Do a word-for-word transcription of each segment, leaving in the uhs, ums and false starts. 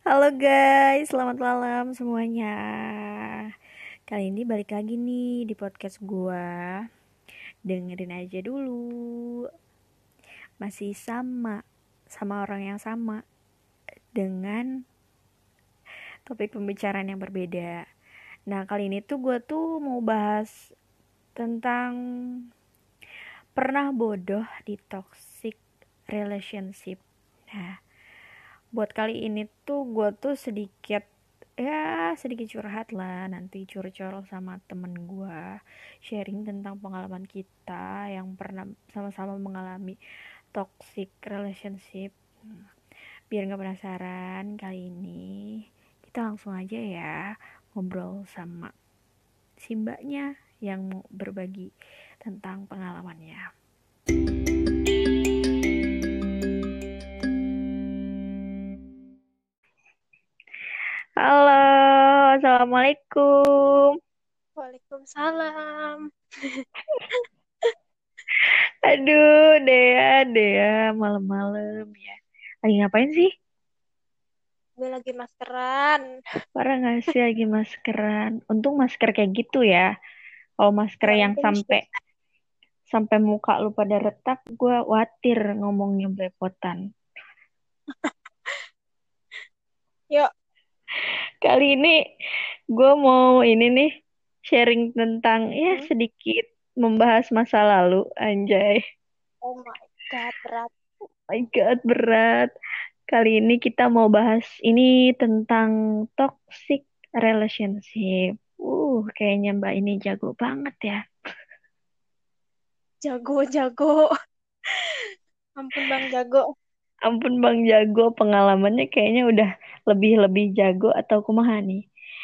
Halo guys, selamat malam semuanya. Kali ini balik lagi nih di podcast gua. Dengerin aja dulu. Masih sama, sama orang yang sama dengan topik pembicaraan yang berbeda. Nah, kali ini tuh gua tuh mau bahas tentang pernah bodoh di toxic relationship. Nah, buat kali ini tuh gue tuh sedikit ya sedikit curhat lah, nanti curcol sama temen gue, sharing tentang pengalaman kita yang pernah sama-sama mengalami toxic relationship. Biar nggak penasaran, kali ini kita langsung aja ya ngobrol sama si mbaknya yang mau berbagi tentang pengalamannya. Halo, assalamualaikum. Waalaikumsalam. Aduh, Dea, Dea, malam-malam ya. Lagi ngapain sih? Gue lagi maskeran. Parah gak sih lagi maskeran? Untung masker kayak gitu ya. Kalau masker Ya yang untung sampai sih. sampai muka lu pada retak, gue khawatir ngomongnya belepotan. Yuk. Kali ini gue mau ini nih sharing tentang ya Hmm? sedikit membahas masa lalu, anjay. Oh my God, berat. My God, berat. Kali ini kita mau bahas ini tentang toxic relationship. Uh, kayaknya Mbak ini jago banget ya. Jago, jago. Ampun Bang Jago. Ampun Bang jago, pengalamannya kayaknya udah lebih-lebih jago atau kumaha nih?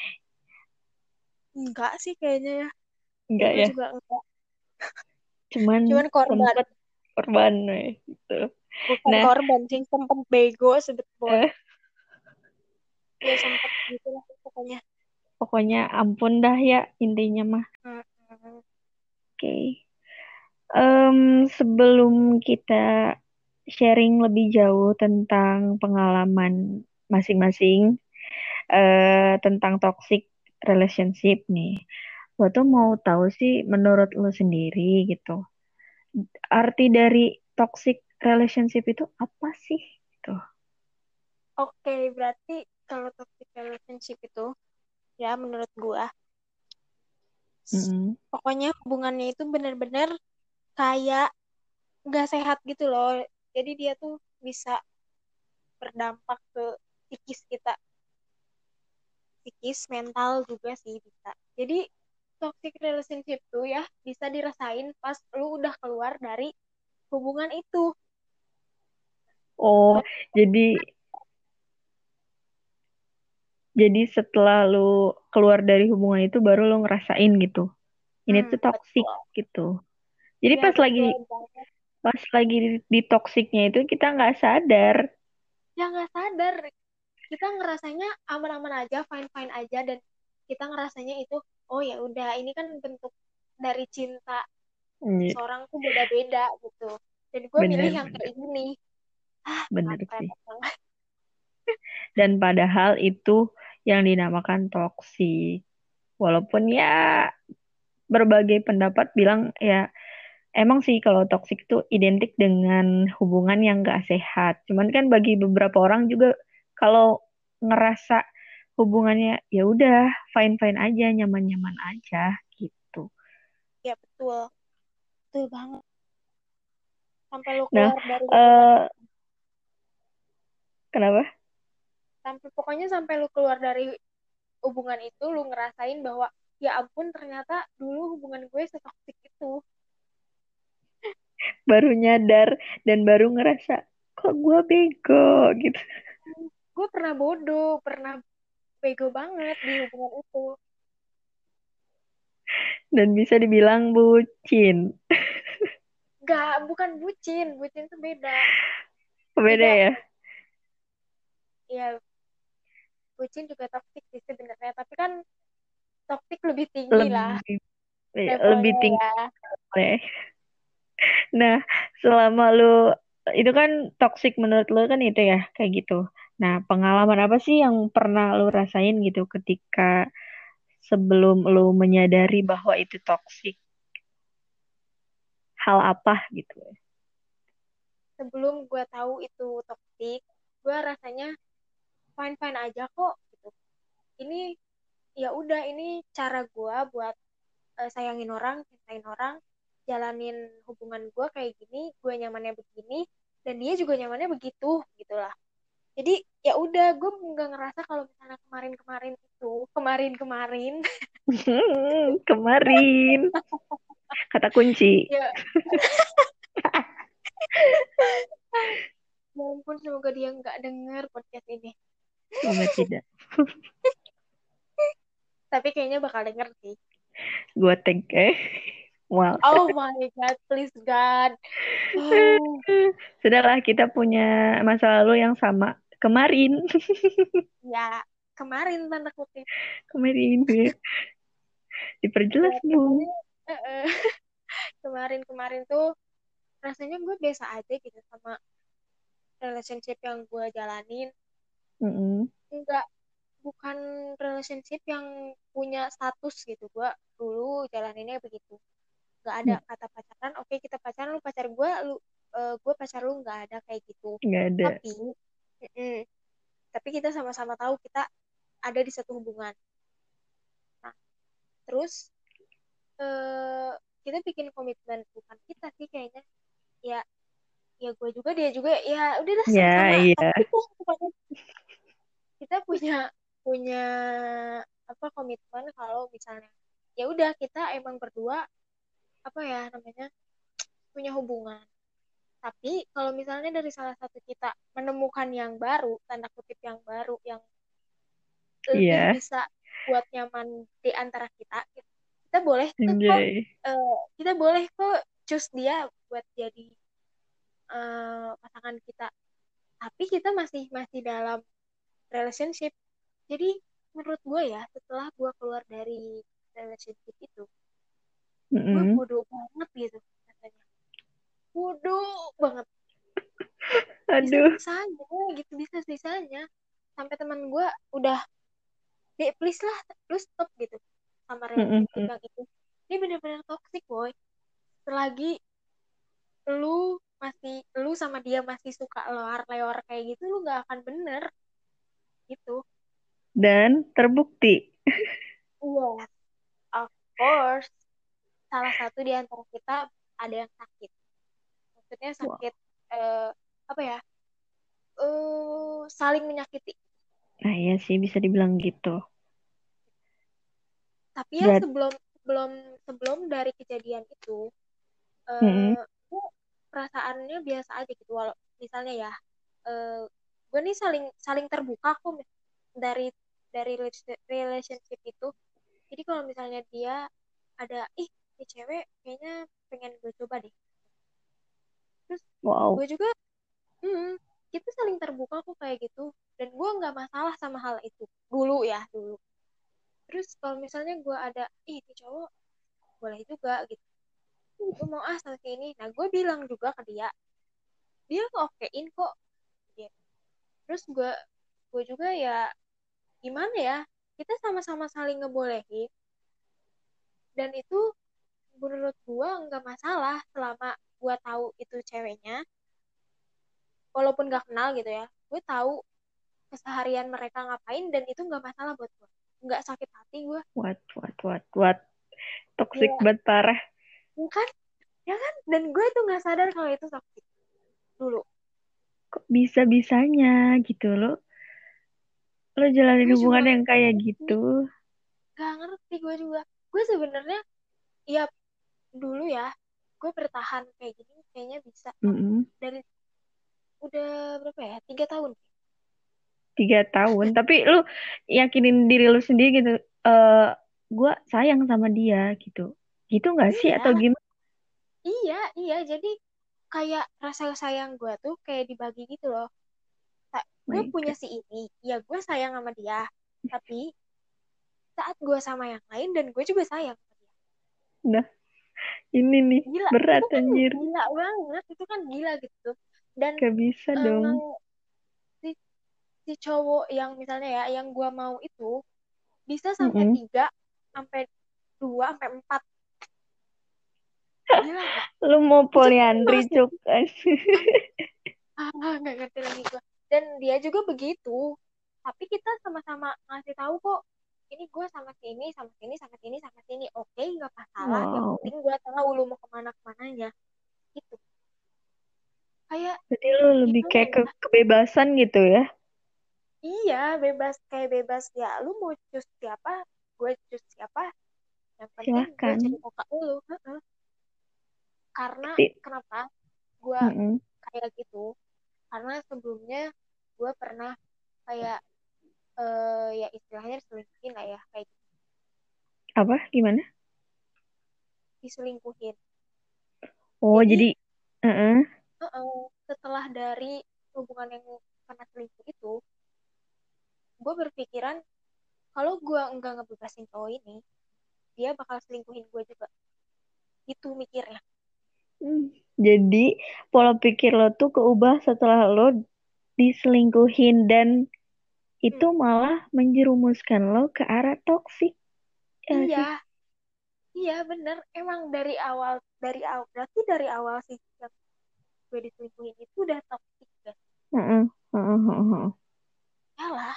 Enggak sih kayaknya ya. Enggak Jago ya, juga enggak. cuman Cuman korban. sempet korban eh, gitu. Bukan Nah, korban sih. Sempet bego sebetulnya. eh, Ya sempet gitu lah pokoknya. pokoknya ampun dah ya intinya mah. Hmm. Oke. Em, sebelum kita sharing lebih jauh tentang pengalaman masing-masing eh, tentang toxic relationship nih. Gue tuh mau tahu sih menurut lo sendiri gitu. Arti dari toxic relationship itu apa sih? Gitu. Oke, berarti kalau toxic relationship itu, ya menurut gua, Mm-mm. pokoknya hubungannya itu benar-benar kayak nggak sehat gitu loh. Jadi dia tuh bisa berdampak ke psikis kita, psikis, mental juga sih bisa. Jadi toxic relationship tuh ya bisa dirasain pas lu udah keluar dari hubungan itu. Oh, Terus, jadi jadi setelah lu keluar dari hubungan itu baru lu ngerasain gitu. Ini hmm, tuh toxic betul. gitu. Jadi Iya pas lagi betul banget. pas lagi di, di toksiknya itu kita nggak sadar. Ya nggak sadar, kita ngerasanya aman-aman aja, fine-fine aja, dan kita ngerasanya itu, oh ya udah, ini kan bentuk dari cinta. Iya, Seorang tuh beda-beda gitu. Dan gue milih bener yang bener kayak gini. Ah, bener kampret sih. emang. Dan padahal itu yang dinamakan toksik. Walaupun ya berbagai pendapat bilang ya emang sih kalau toksik itu identik dengan hubungan yang gak sehat. Cuman kan bagi beberapa orang juga kalau ngerasa hubungannya ya udah fine-fine aja, nyaman-nyaman aja gitu. Ya betul, betul banget. Sampai lu Nah, keluar dari hubungan, eh kenapa? sampai pokoknya sampai lu keluar dari hubungan itu lu ngerasain bahwa ya ampun ternyata dulu hubungan gue setoksik itu. Baru nyadar dan baru ngerasa kok gue bego gitu. Gue pernah bodoh, pernah bego banget di hubungan itu. Dan bisa dibilang bucin. Gak, bukan bucin, bucin itu beda. Beda Beda. ya? Ya bucin juga toksik sih sebenarnya, tapi kan toksik lebih tinggi lah Lebih lebih levelnya tinggi ya. ya. Nah, selama lu itu kan toxic menurut lo kan itu ya kayak gitu. Nah, pengalaman apa sih yang pernah lo rasain gitu ketika sebelum lo menyadari bahwa itu toxic? Hal apa gitu? Sebelum gue tahu itu toxic, gue rasanya fine fine aja kok gitu. Ini ya udah, ini cara gue buat eh, sayangin orang, cintain orang, jalanin hubungan gue kayak gini, gue nyamannya begini, dan dia juga nyamannya begitu gitulah. Jadi ya udah, gue nggak ngerasa kalau misalnya kemarin-kemarin itu kemarin-kemarin Kemarin kata kunci. ya, ya ampun, semoga dia nggak denger podcast ini, Semoga tidak. tapi kayaknya bakal denger sih. Gua tag eh. Wow. Oh my god, please God. Oh, Sudahlah kita punya masa lalu yang sama kemarin. ya kemarin tanda kutip. Kemarin ya. Ya Diperjelas dong. kemarin, eh, eh, kemarin-kemarin tuh rasanya gue biasa aja gitu sama relationship yang gue jalanin. Mm-mm. Enggak, bukan relationship yang punya status gitu. Gue dulu jalaninnya begitu. Nggak ada kata pacaran, oke kita pacaran, lu pacar gue, lu eh, gue pacar lu, nggak ada kayak gitu. Nggak ada. Tapi, mm-mm, tapi kita sama-sama tahu kita ada di satu hubungan. Nah, terus eh, kita bikin komitmen, bukan kita sih kayaknya, ya ya gue juga dia juga, ya udahlah Ya, sama-sama iya. toxic lah pokoknya. Kita punya punya apa, komitmen kalau misalnya ya udah kita emang berdua apa ya namanya, punya hubungan. Tapi kalau misalnya dari salah satu kita menemukan yang baru, tanda kutip yang baru, yang lebih Iya. bisa buat nyaman di antara kita, kita boleh tuh kok, Anjay. eh, kita boleh kok choose dia buat jadi eh, pasangan kita. Tapi kita masih masih dalam relationship. Jadi menurut gue ya, setelah gue keluar dari relationship itu, gue Mm-mm. bodoh banget gitu rasanya. Bodoh banget. Aduh. Bisa-bisanya gitu, bisa-bisanya. Sampai teman gue udah, dek please lah, lu stop gitu sama relationship Mm-mm. yang itu. Ini bener-bener toxic boy. Selagi lu masih, lu sama dia masih suka lewar-lewar kayak gitu, lu nggak akan bener gitu. Dan terbukti. Yes, of course. Salah satu di antara kita ada yang sakit. Maksudnya Wow. sakit, eh, apa ya? Eh, saling menyakiti. Nah, iya sih bisa dibilang gitu. Tapi ya Berat. sebelum sebelum sebelum dari kejadian itu, Mm-mm. eh, aku perasaannya biasa aja gitu. Walau misalnya ya, eh, gue nih saling saling terbuka aku dari dari relationship itu. Jadi kalau misalnya dia ada, ih ini cewek kayaknya pengen gue coba deh. Terus Wow. gue juga, hmm, kita saling terbuka kok kayak gitu, dan gue nggak masalah sama hal itu dulu ya dulu. Terus kalau misalnya gue ada, ih ini cowok boleh juga gitu, gue mau ah sama si ini, nah gue bilang juga ke dia, dia okein kok gitu. Terus gue gue juga ya gimana ya, kita sama-sama saling ngebolehin, dan itu menurut gue nggak masalah selama gue tahu itu ceweknya, walaupun gak kenal gitu ya, gue tahu keseharian mereka ngapain, dan itu nggak masalah buat gue, nggak sakit hati gue. What, what, what, what. Toxic Ya banget parah. bukan, ya kan, dan gue tuh nggak sadar kalau itu toxic dulu. Kok bisa-bisanya gitu loh. Lo jalanin Gue juga hubungan yang nggak kayak ngerti, gitu. nggak ngerti gue juga. Gue sebenarnya ya dulu ya, gue bertahan kayak gini kayaknya bisa Mm-mm. dari udah berapa ya, tiga tahun. Tiga tahun. Tapi lu yakinin diri lu sendiri gitu. Eh, gue sayang sama dia gitu. Gitu nggak sih atau Iya, gimana? iya, iya, jadi kayak rasa sayang gue tuh kayak dibagi gitu loh. Ta- gue My punya God. si ini, ya gue sayang sama dia, tapi saat gue sama yang lain, dan gue juga sayang sama dia. Nah, ini nih Gila, berat itu kan anjir. gila banget, itu kan gila gitu. Dan Gak bisa dong. eh, si, si cowok yang misalnya ya yang gua mau itu bisa sampai Mm-mm. tiga sampai dua sampai empat, gila nggak? Lu mau Itu tuh poliandri, masih Cuk. ah ah, nggak ngerti lagi gua. Dan dia juga begitu, tapi kita sama-sama ngasih tahu kok, ini gue sama sini sama sini sama sini sama sini, oke nggak masalah, yang Wow. penting gue tahu lu mau kemana kemananya gitu. Kayak Jadi lu lebih gimana kayak ke ya, kebebasan gitu ya? iya bebas, kayak bebas ya, lu mau choose siapa, gue choose siapa, yang penting gue Silahkan. cerita ke lu. Heeh. Karena Tapi, kenapa gue mm-mm. kayak gitu, karena sebelumnya gue pernah kayak eh, ya istilahnya diselingkuhin lah ya, kayak gitu. Apa? Gimana? Diselingkuhin. Oh, Jadi jadi, mm-mm. eh, setelah dari hubungan yang kena selingkuh itu, gue berpikiran kalau gue enggak ngebebasin cowok ini, dia bakal selingkuhin gue juga. Itu mikirnya. Hmm. Jadi, pola pikir lo tuh keubah setelah lo diselingkuhin dan Hmm, itu malah menjerumuskan lo ke arah toksik. Ya nggak sih? iya, iya bener. Emang dari awal, dari awal, berarti dari awal sih yang gue diselingkuhin itu udah toxic guys. Heeh, heeh, heeh, heeh. Yalah,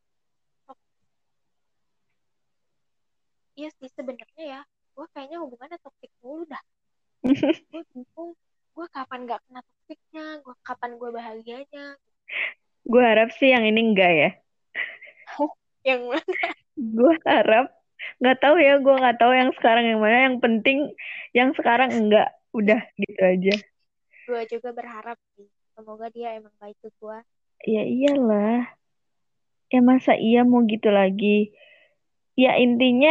iya sih sebenarnya ya. Gue kayaknya hubungannya toxic mulu dah. Gue bingung, gue kapan gak kena toksiknya, gue kapan gue bahagianya. Gue harap sih yang ini enggak ya. Yang mana? Gue harap, nggak tahu ya, gue nggak tahu yang sekarang yang mana. Yang penting yang sekarang enggak. Udah gitu aja. Gue juga berharap sih. Semoga dia emang baik ke gue. Ya iyalah. Ya masa iya mau gitu lagi. Ya intinya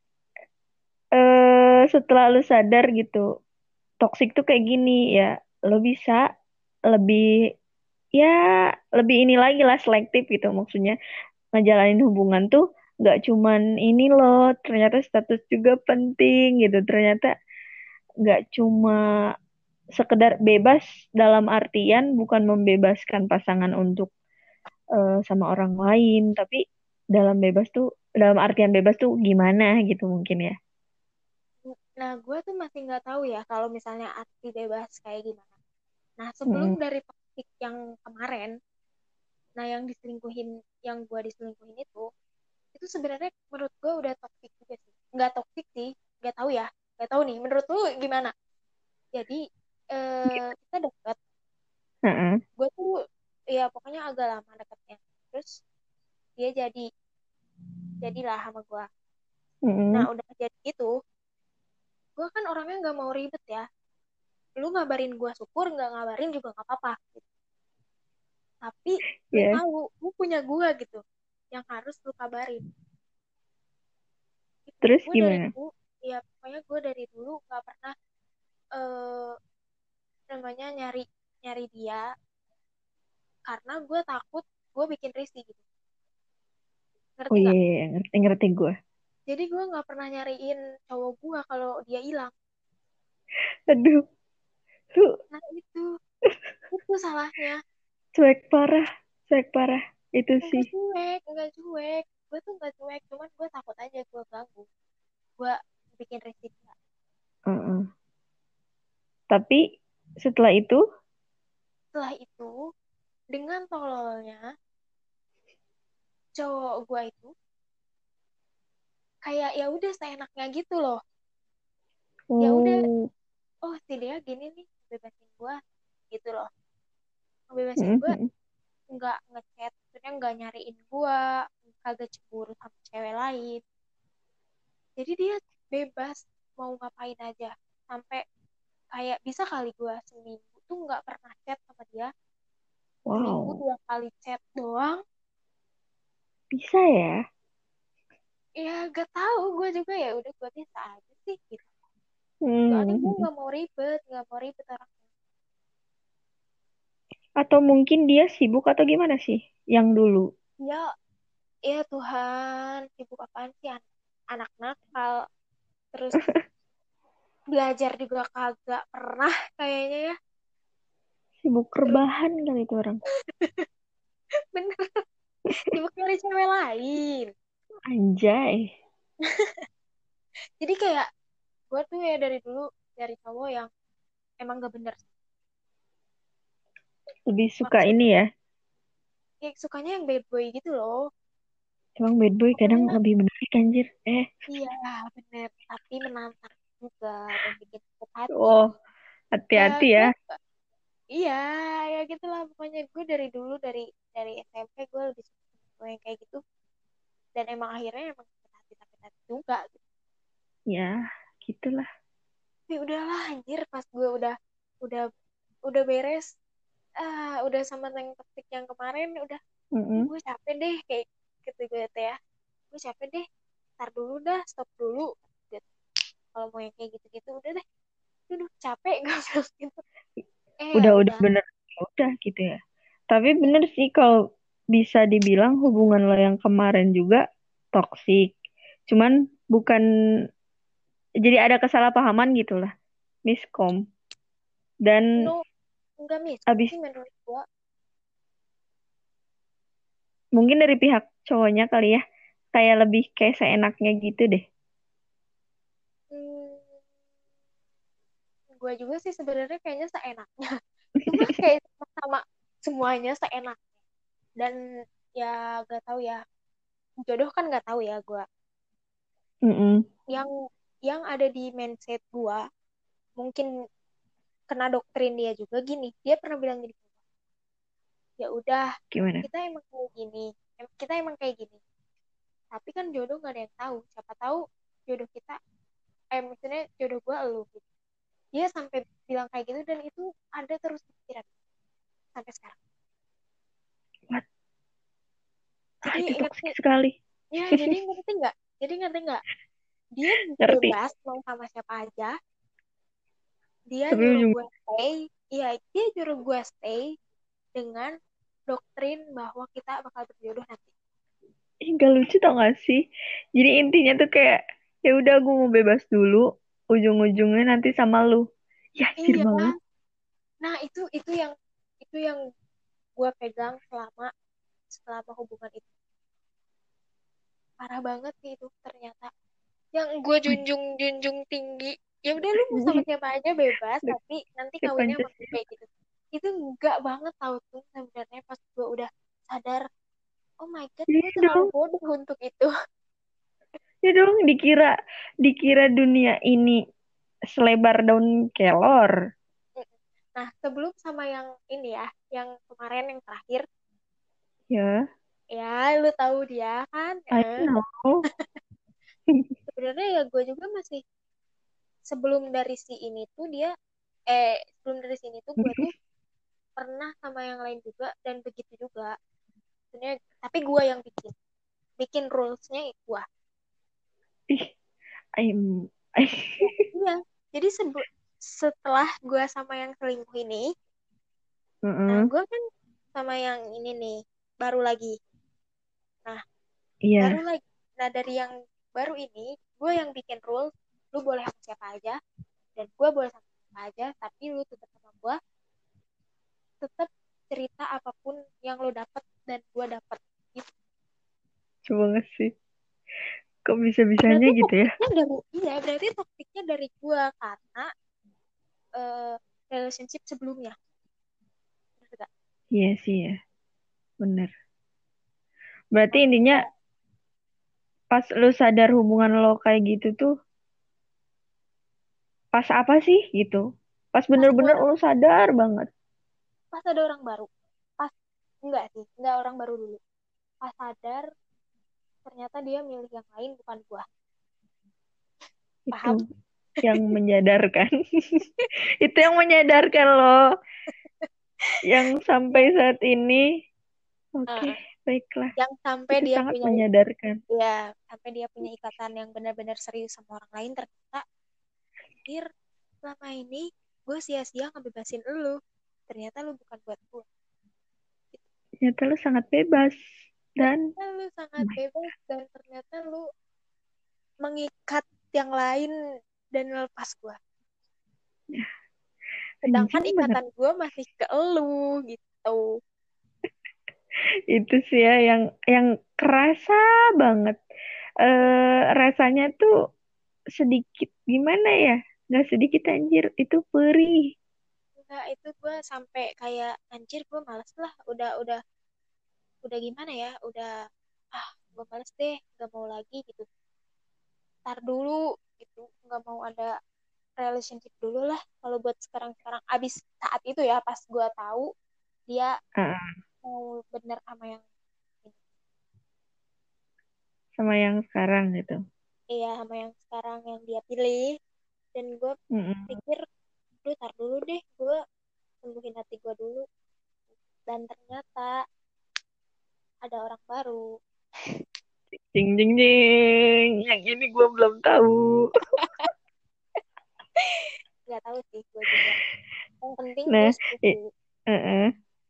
eh setelah lu sadar gitu, toksik tuh kayak gini ya, lo bisa lebih ya lebih ini lagi lah selektif gitu maksudnya ngejalanin hubungan tuh nggak cuman ini loh, ternyata status juga penting gitu, ternyata nggak cuma sekedar bebas dalam artian bukan membebaskan pasangan untuk eh, sama orang lain, tapi dalam bebas tuh dalam artian bebas tuh gimana gitu mungkin ya. Nah, gue tuh masih nggak tahu ya kalau misalnya arti bebas kayak gimana. Nah, sebelum Mm-mm. dari topik yang kemarin, nah yang diselingkuhin, yang gue diselingkuhin itu, itu sebenarnya menurut gue udah toksik juga sih. Nggak toksik sih, nggak tahu ya. Nggak tahu nih, menurut lu gimana? Jadi, eh, kita deket, Heeh. gue tuh ya pokoknya agak lama deketnya. Terus dia jadi, jadilah sama gue. Nah, Mm-mm. udah jadi gitu, gue kan orangnya nggak mau ribet ya. Lu ngabarin gue syukur, nggak ngabarin juga nggak apa-apa gitu. Tapi lu Ya, tahu lu punya gua gitu yang harus lu kabarin itu. terus Gue dari gimana? dulu, ya pokoknya gue dari dulu nggak pernah eh namanya nyari nyari dia karena gue takut gue bikin risih gitu, Oh ngerti iya, nggak? iya, iya, ngerti ngerti gue. Jadi gue nggak pernah nyariin cowok gue kalau dia hilang. Aduh, lu Nah itu itu salahnya. cuek parah, cuek parah. Itu Enggak sih. cuek, enggak cuek, gue tuh enggak cuek, cuman gue takut aja gue ganggu, gue bikin risih dia. Heeh. Tapi setelah itu, Setelah itu dengan tololnya cowok gue itu kayak ya udah seenaknya gitu loh. Ya udah, oh, oh si dia gini nih, bebasin gue gitu loh. Ngebebasin gue, mm-mm. nggak ngechat, maksudnya nggak nyariin gue, kagak cemburu sama cewek lain. Jadi dia bebas mau ngapain aja. Sampai kayak bisa kali gue seminggu tuh nggak pernah chat sama dia. Seminggu Wow, dua kali chat doang. bisa ya? Ya gak tahu, gue juga ya udah gue biasa aja sih gitu. Soalnya gue Hmm. nggak mau ribet, nggak mau ribet orang. Atau mungkin dia sibuk atau gimana sih? Yang dulu. Ya, ya Tuhan, sibuk apaan sih an- anak nakal. Terus belajar juga kagak pernah kayaknya ya. Sibuk Terus rebahan kali itu orang. bener, sibuk nyari cewek lain. Anjay. Jadi kayak gue tuh ya dari dulu dari cowok yang emang gak bener. Lebih suka Maksud ini ya. kayak sukanya yang bad boy gitu loh. Emang bad boy kadang Pokoknya lebih menarik anjir. Eh, iya bener, tapi menantang juga dan bikin sakit hati. oh, Ya hati-hati gue ya. iya ya gitulah pokoknya gue dari dulu dari dari S M P gue lebih suka sama cowok yang kayak gitu dan emang akhirnya emang sakit hati sakit hati juga gitu. Ya, gitulah. Tapi udahlah anjir pas gue udah udah udah beres ah udah sama yang topik yang kemarin udah Mm-mm. gue capek deh kayak gitu gitu ya gue capek deh ntar dulu dah stop dulu gitu. Kalau mau yang kayak gitu-gitu udah deh udah capek gak bilang gitu eh ya Udah udah udah. bener ya udah gitu ya. Tapi bener sih kalau bisa dibilang hubungan lo yang kemarin juga toksik. Cuman bukan jadi ada kesalahpahaman gitu lah, miskom. Dan No enggak miskom abis sih menurut gue. mungkin dari pihak cowoknya kali ya, kayak lebih kayak seenaknya gitu deh. Hmm, gue juga sih sebenarnya kayaknya seenaknya itu mah kayak sama semuanya seenak dan ya gak tahu ya jodoh kan gak tahu ya gue Mm-mm. yang yang ada di mindset gue mungkin kena doktrin dia juga gini dia pernah bilang gini ya udah Gimana? kita emang kayak gini em- kita emang kayak gini tapi kan jodoh gak ada yang tahu siapa tahu jodoh kita eh maksudnya jodoh gue elu gitu dia sampai bilang kayak gitu dan itu ada terus di pikiran sampai sekarang What? Ah, jadi itu toksik ngerti sekali. ya jadi ngerti nggak jadi ngerti nggak dia Ngerti? bebas mau sama siapa aja dia Tapi nyuruh ujung gue stay iya dia nyuruh gue stay dengan doktrin bahwa kita bakal berjodoh nanti ih, gak lucu tau gak sih? Jadi intinya tuh kayak ya udah gue mau bebas dulu, ujung-ujungnya nanti sama lu. Ya, anjir iya banget. nah itu itu yang itu yang gue pegang selama selama hubungan itu parah banget sih itu ternyata yang gue junjung junjung tinggi ya udah lu mau sama Anjing, siapa aja bebas udah tapi nanti kayak kawinnya sama gue Pancasila. kayak gitu itu enggak banget tau tuh sebenarnya pas gue udah sadar oh my god gue Iya terlalu dong, bodoh untuk itu. iya dong, dikira dikira dunia ini selebar daun kelor. Nah sebelum sama yang ini ya yang kemarin yang terakhir Ya, ya lu tahu dia kan I eh, know. sebenarnya ya gue juga masih sebelum dari si ini tuh dia eh sebelum dari sini tuh gue tuh pernah sama yang lain juga dan begitu juga sebenarnya tapi gue yang bikin bikin rulesnya gue Ih, I'm, ya, iya jadi sebe- setelah gue sama yang selingkuh ini nah Heeh. gue kan sama yang ini nih baru lagi nah baru Iya, lagi nah dari yang baru ini gue yang bikin rules lu boleh sama siapa aja dan gue boleh sama siapa aja tapi lu tetap sama gue tetap cerita apapun yang lu dapet dan gue dapet gitu. coba nggak sih? Kok bisa-bisanya Berarti gitu ya? toksiknya dari iya berarti toksiknya dari gue karena eh, relationship sebelumnya. Bener gak? Iya sih ya, bener. Berarti intinya Makanya pas lu sadar hubungan lo kayak gitu tuh, pas apa sih gitu? Pas pas bener-bener gue lu sadar banget. pas ada orang baru pas enggak sih enggak orang baru dulu pas sadar ternyata dia milih yang lain bukan gue Itu paham. yang menyadarkan. Itu yang menyadarkan loh. Yang sampai Ya, saat ini, oke, eh, baiklah. yang sampai Itu dia sangat punya menyadarkan. ya sampai dia punya ikatan yang benar-benar serius sama orang lain ternyata anjir selama ini gue sia-sia ngebebasin lu ternyata lu bukan buat gue Ternyata lu sangat bebas. Dan, ternyata lu oh sangat my- bebas dan ternyata lu mengikat yang lain dan melepas gue sedangkan Anjing banget. ikatan gue masih ke elu gitu. Itu sih ya yang yang kerasa banget. Eh rasanya tuh sedikit gimana ya? Nggak sedikit anjir, itu perih. Enggak, itu gue sampai kayak anjir gue males lah, udah udah udah gimana ya, udah ah gue males deh, gak mau lagi gitu, tar dulu gitu, nggak mau ada relationship dulu lah kalau buat sekarang-sekarang. Abis saat itu ya pas gue tahu dia Ah, mau bener sama yang ini, sama yang sekarang gitu. iya sama yang sekarang yang dia pilih, dan gue Mm-mm. pikir lu tar dulu deh, gue sembuhin hati gue dulu, dan ternyata ada orang baru. Jing jing jing. Yang ini gue belum tahu. Nggak tahu sih gue juga, yang penting gue Nah, i- setuju. uh-uh.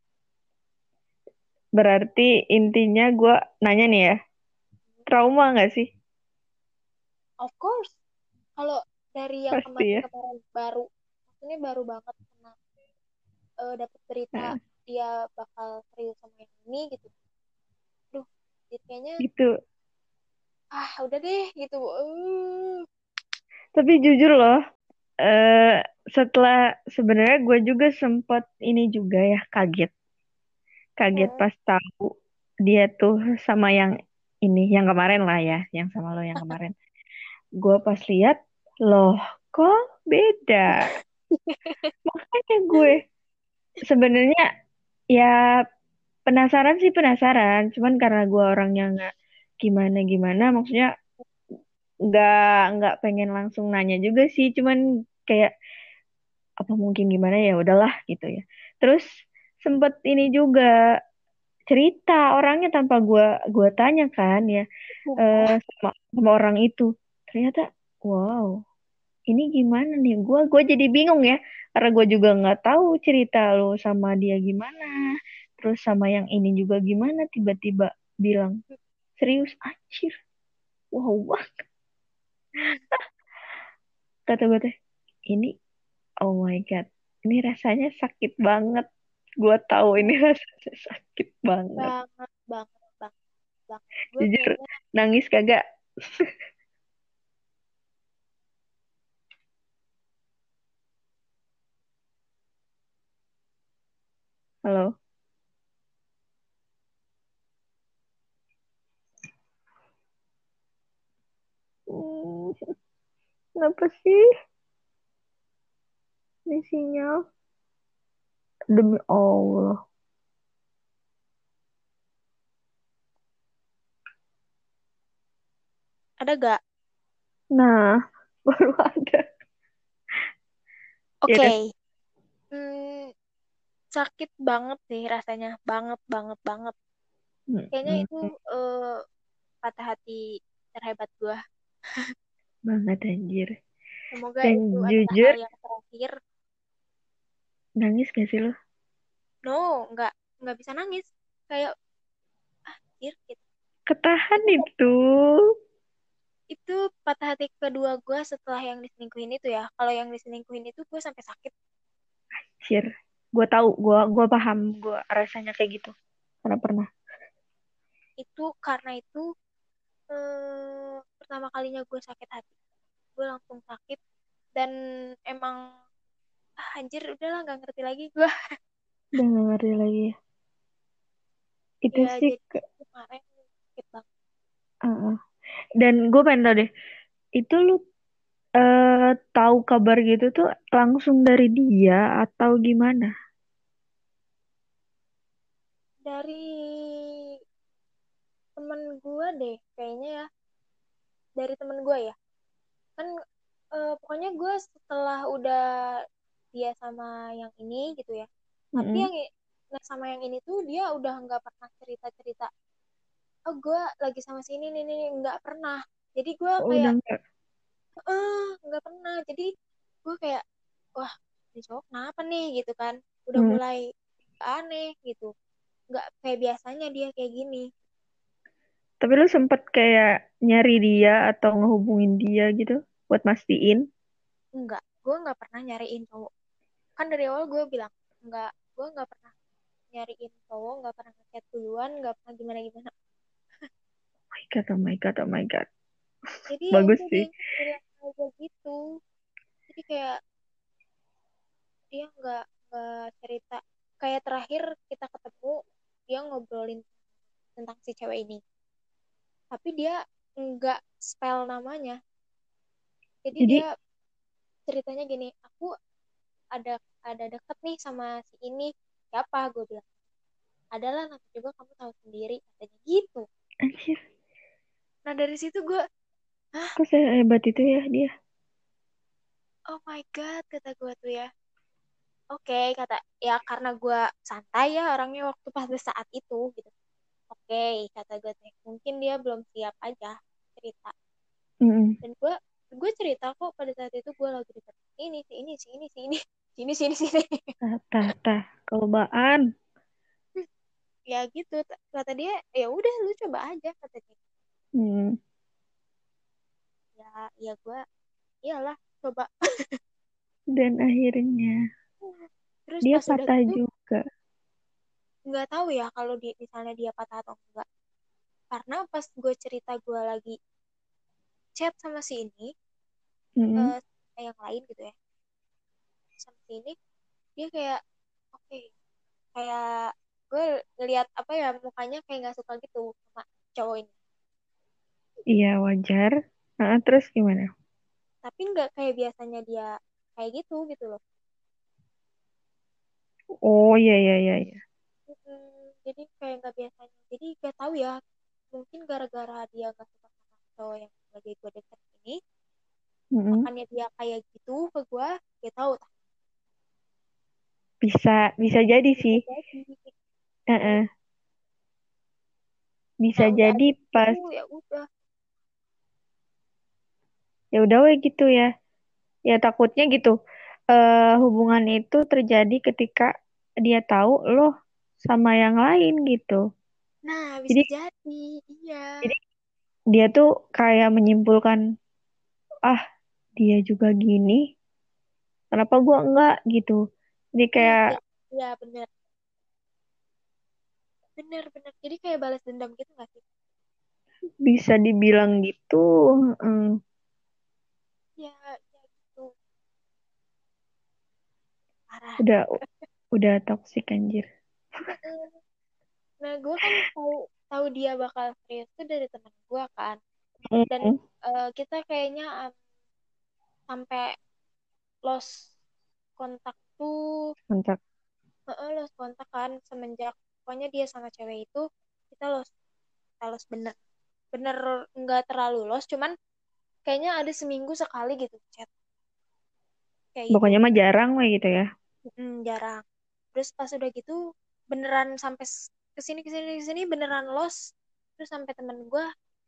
Berarti intinya gue nanya nih ya, trauma nggak sih? Of course, kalau dari yang Pasti ya. kemarin-kemarin baru, maksudnya baru banget kena, eh, dapet berita Nah, dia bakal serius sama yang ini gitu. Duh, jadi kayaknya gitu. ah udah deh gitu. Eh, Tapi jujur loh, eh setelah sebenarnya gue juga sempat ini juga ya kaget, kaget hmm, pas tahu dia tuh sama yang ini, yang kemarin lah ya, yang sama lo yang kemarin. Gue pas lihat, loh kok beda? Makanya gue sebenarnya ya penasaran sih penasaran, cuman karena gue orangnya nggak gimana gimana, maksudnya nggak nggak pengen langsung nanya juga sih, cuman kayak apa mungkin gimana ya udahlah gitu ya. Terus sempet ini juga cerita orangnya tanpa gua gua tanya kan ya, eh, sumpah. sama, sama orang itu. Ternyata wow, ini gimana nih? Gua gua jadi bingung ya karena gua juga nggak tahu cerita lo sama dia gimana. Terus sama yang ini juga gimana tiba-tiba bilang serius anjir. Wow, wah Hmm, kata gue teh ini oh my God, ini rasanya sakit banget. Gue tahu ini rasanya sakit banget. banget banget banget banget gue Jujur, kayaknya. nangis kagak? Halo? Hmm, kenapa sih ini sinyal? Demi Allah. Ada gak? Nah, baru ada. Ya kan? Oke. Hmm, sakit banget sih rasanya, banget banget banget. Kayaknya Mm-mm. itu eh, patah hati terhebat gue. Banget anjir. Semoga Dan itu adalah hal jujur, yang terakhir. nangis gak sih lo? No, nggak nggak bisa nangis. Kayak ah, anjir, gitu. Ketahan Itu itu. itu patah hati kedua gue setelah yang diselingkuhin itu ya. Kalau yang diselingkuhin itu gue sampai sakit. Anjir. Gue tahu, gue gua paham, gue rasanya kayak gitu. Karena pernah. Itu karena itu eh, pertama kalinya gue sakit hati. Gue langsung sakit, dan emang ah, anjir udahlah nggak ngerti lagi gue. Udah gak ngerti lagi ya. Itu Ya sih, jadi ke- kemarin sakit banget. uh-uh. Dan gue pengen tau deh, itu lu eh tahu kabar gitu tuh langsung dari dia atau gimana? Dari temen gue deh kayaknya ya, dari temen gue ya kan. Eh, pokoknya gue setelah udah dia sama yang ini gitu ya, tapi Mm-mm. yang i- nah, sama yang ini tuh dia udah nggak pernah cerita cerita, oh gue lagi sama si ini nih nih, nggak pernah. Jadi gue Oh, udah kayak enggak. eh nggak pernah. Jadi gue kayak wah, ini cowok kenapa nih gitu kan, udah Mm. mulai aneh gitu, nggak kayak biasanya dia kayak gini. Tapi lu sempet kayak nyari dia atau ngehubungin dia gitu buat mastiin? Enggak, gue nggak pernah nyariin cowok. kan dari awal gue bilang nggak, gue nggak pernah nyariin cowok, nggak pernah ngechat duluan, nggak pernah gimana gimana. My God, oh my God, oh my God. Jadi ya Bagus udah dia sih. bilang aja gitu. Jadi kayak dia nggak nggak cerita. Kayak terakhir kita ketemu, dia ngobrolin tentang si cewek ini, tapi dia nggak spell namanya. Jadi dia Jadi, ceritanya gini, aku ada ada deket nih sama si ini. Siapa? Gue bilang, adalah nanti juga kamu tahu sendiri, katanya gitu. anjir, Nah dari situ gue, hah, kok sehebat itu ya dia? oh my god, kata gue tuh ya. Oke, kata ya, karena gue santai ya orangnya waktu pada saat itu gitu. Oke, kata gue teh, mungkin dia belum siap aja cerita. Mm-mm. Dan gue gue cerita kok pada saat itu gue lagi deket ini si ini si ini si ini sini sini sini. Tah, tah, tah, kelobaan. Ya gitu, kata dia, ya udah lu coba aja, kata dia. Hmm. Ya ya gue iyalah coba. Dan akhirnya Terus dia pas udah patah gitu, juga. nggak tahu ya kalau di misalnya dia patah atau enggak, karena pas gue cerita gue lagi chat sama si ini, Mm-mm. eh, yang lain gitu ya, sama si ini, dia kayak oke, kayak gue ngelihat apa ya, mukanya kayak nggak suka gitu sama cowok ini. Iya, wajar. Nah, terus gimana? Tapi nggak kayak biasanya dia kayak gitu gitu loh. Oh, iya, iya, iya, iya. Mm, jadi kayak nggak biasanya, jadi gak tahu ya, mungkin gara-gara dia gak suka sama cowok yang lagi gue deket ini, Mm-mm. makanya dia kayak gitu ke gue. Gak tahu, Bisa, bisa jadi bisa sih. jadi, bisa Heeh. jadi. Bisa Nah udah jadi ada pas gitu ya udah. ya udah we gitu ya. Ya takutnya gitu. Eh hubungan itu terjadi ketika dia tahu loh sama yang lain gitu. Nah bisa Jadi jadi, iya. jadi dia tuh kayak menyimpulkan, ah dia juga gini, kenapa gua enggak gitu. Jadi Nah kayak iya, iya bener, bener bener, jadi kayak balas dendam gitu gak sih? bisa dibilang gitu. Mm, Ya ya gitu, parah udah dah. udah toksik anjir. Mm-mm. Nah gue kan tahu tahu dia bakal serius tuh dari teman gue kan. Dan Mm, eh, kita kayaknya um, sampai lost kontak tuh, mantap. heeh, lost kontak kan semenjak pokoknya dia sama cewek itu, kita lost, kita lost bener, bener nggak terlalu lost, cuman kayaknya ada seminggu sekali gitu chat kayak gitu. Pokoknya mah jarang lah gitu ya. Mm, jarang. Terus pas udah gitu beneran sampai s- kesini kesini kesini beneran lost. Terus sampai temen gue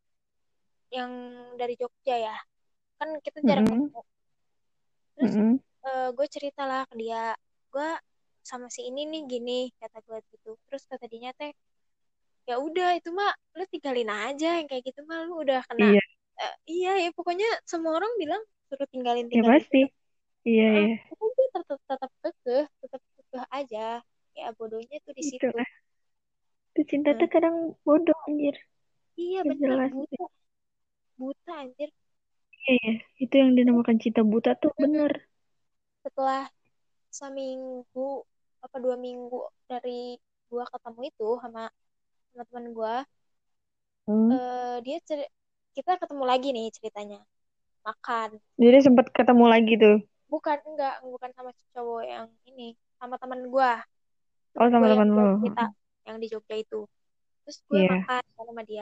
yang dari Jogja ya, kan kita jarang Mm-mm, ketemu. Terus mm-mm. gue cerita lah ke dia, gue sama si ini nih gini, kata gue gitu. Terus kata dia teh, ya udah itu mah lu tinggalin aja, yang kayak gitu mah lu udah kena. Iya, Eh, iya ya pokoknya semua orang bilang suruh tinggalin ya tinggalin pasti. gitu. Iya, Heeh, iya. tapi gue tetap tetap kekeh, tetap kekeh aja. Ya bodohnya tuh di Gitu situ. lah. Itu cinta Nah, tuh kadang bodoh anjir. iya Gak bener, jelas deh. buta, buta anjir. Iya, iya. Itu yang Terus dinamakan cinta buta tuh mm-mm, bener. setelah seminggu apa dua minggu dari gua ketemu itu sama sama teman gua, Hmm. eh, dia cer- kita ketemu lagi nih ceritanya, makan. Jadi sempat ketemu lagi tuh. Bukan, enggak, bukan sama si cowok yang ini, sama teman gua, Oh, teman sama gua yang teman gua lu. cerita yang di Jogja itu. Terus gue Iya. makan sama dia,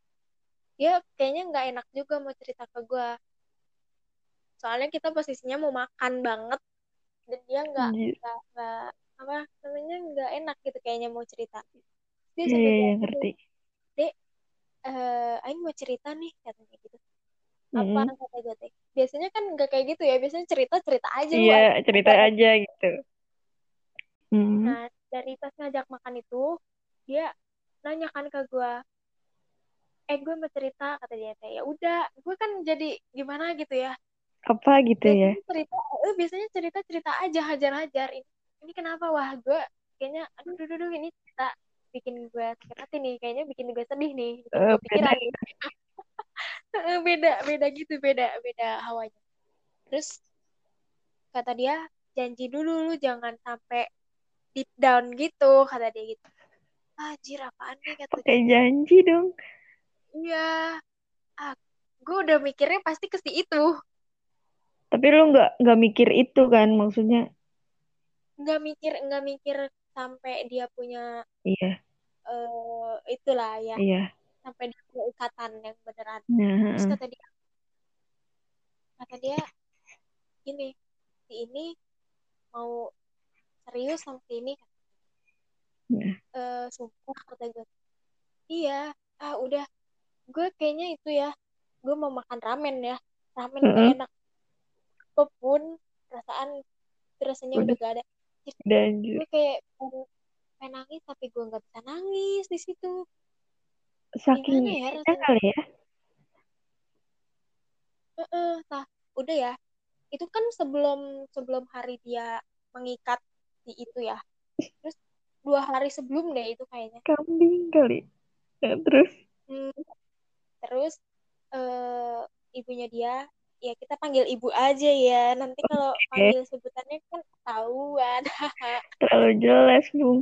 dia kayaknya nggak enak juga mau cerita ke gua, soalnya kita posisinya mau makan banget, dan dia nggak Anjir. nggak nggak apa namanya, nggak enak gitu kayaknya mau cerita. Dia Iya, sampai iya, iya, bilang gitu, ngerti. dek, eh Aing mau cerita nih, katanya gitu. Apa, Mm-mm. kata gue teh, biasanya kan nggak kayak gitu ya, biasanya cerita cerita aja lu Iya, aja cerita apa aja gitu. gitu. Hmm. Nah dari pas ngajak makan itu, dia nanyakan ke gue, eh gue mau cerita, kata dia teh. Ya udah gue kan jadi gimana gitu ya, Apa gitu ya? Biasanya cerita, eh, biasanya cerita cerita aja hajar-hajar. Ini, ini kenapa wah gue kayaknya aduh, aduh, aduh, ini cerita bikin gue sakit hati nih, kayaknya bikin gue sedih nih, bikin Eh, gue beda. pikiran nih. beda beda gitu, beda beda hawanya. Terus kata dia, janji dulu lu jangan sampai deep down gitu, kata dia gitu. Anjir apaan nih, kata Pakai gue kan. janji dong. Iya, ah, gue udah mikirnya pasti ke si itu. Tapi lu nggak nggak mikir itu kan maksudnya? Nggak mikir, nggak mikir sampai dia punya Iya, eh itulah ya, iya. sampai dia punya ikatan yang beneran. Nah, Terus heeh. kata dia, kata dia gini, si ini mau serius sama si ini, Nah, eh sumpah, kata gue. Iya, ah udah, gue kayaknya itu ya, gue mau makan ramen ya, ramen heeh. terenak apapun, perasaan itu rasanya Udah, udah gak ada. Jadi, udah anjir. gue kayak pengen, pengen nangis tapi gue nggak bisa nangis di situ. Saking Gimana ya ininya rasanya? kali ya. Heeh, nah udah ya, itu kan sebelum sebelum hari dia mengikat di itu ya. Terus dua hari sebelum deh itu kayaknya. Kambing kali. Nah, terus, Hmm, terus eh, ibunya dia, ya kita panggil ibu aja ya. Nanti kalau ya, panggil sebutannya kan ketahuan. terlalu jelas, Bung.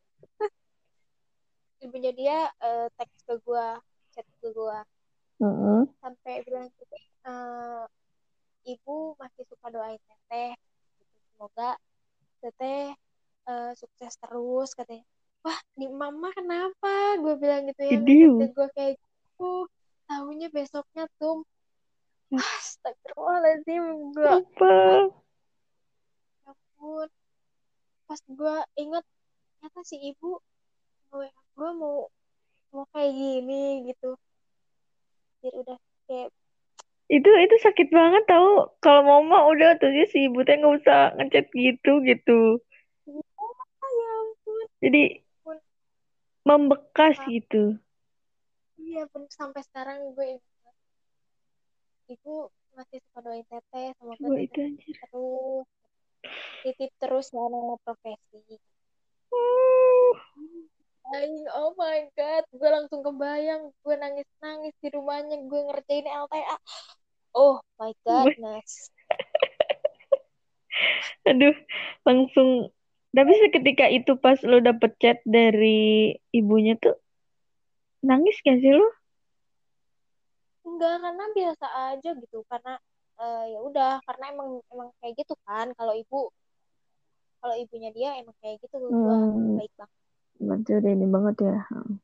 Ibunya dia eh, teks ke gua, chat ke gua, Heeh. sampai bilang gitu, eh, ibu masih suka doain teteh. Semoga teteh eh, sukses terus, katanya. Wah, di mama kenapa? Gue bilang gitu ya, ngechat ke Idiu. gue kayak gitu. Tahunya besoknya tuh, astagfirullahaladzim, gue, Apa? ya ampun. Pas gue inget, ternyata si ibu gue, gue mau mau kayak gini gitu. Jadi udah kayak, Itu itu sakit banget tahu. Kalau mama udah tuh dia si ibu teh nggak usah ngechat gitu gitu. oh, ya ampun, Jadi ampun. membekas Ah, gitu. iya pun sampai sekarang gue ingat, ibu masih suka doain teteh, semoga Coba teteh itu sukses anjir. terus, titip terus ya nama profesi. Uh, Aing, oh my God, gue langsung kebayang, gue nangis-nangis di rumahnya, gue ngerjain L T A. Oh my godness. aduh, langsung. Tapi seketika itu pas lo dapet chat dari ibunya tuh nangis gak sih lo? Enggak, karena biasa aja gitu, karena eh, ya udah, karena emang emang kayak gitu kan, kalau ibu, kalau ibunya dia emang kayak gitu, gue Hmm, baik banget, berarti udah ini banget ya.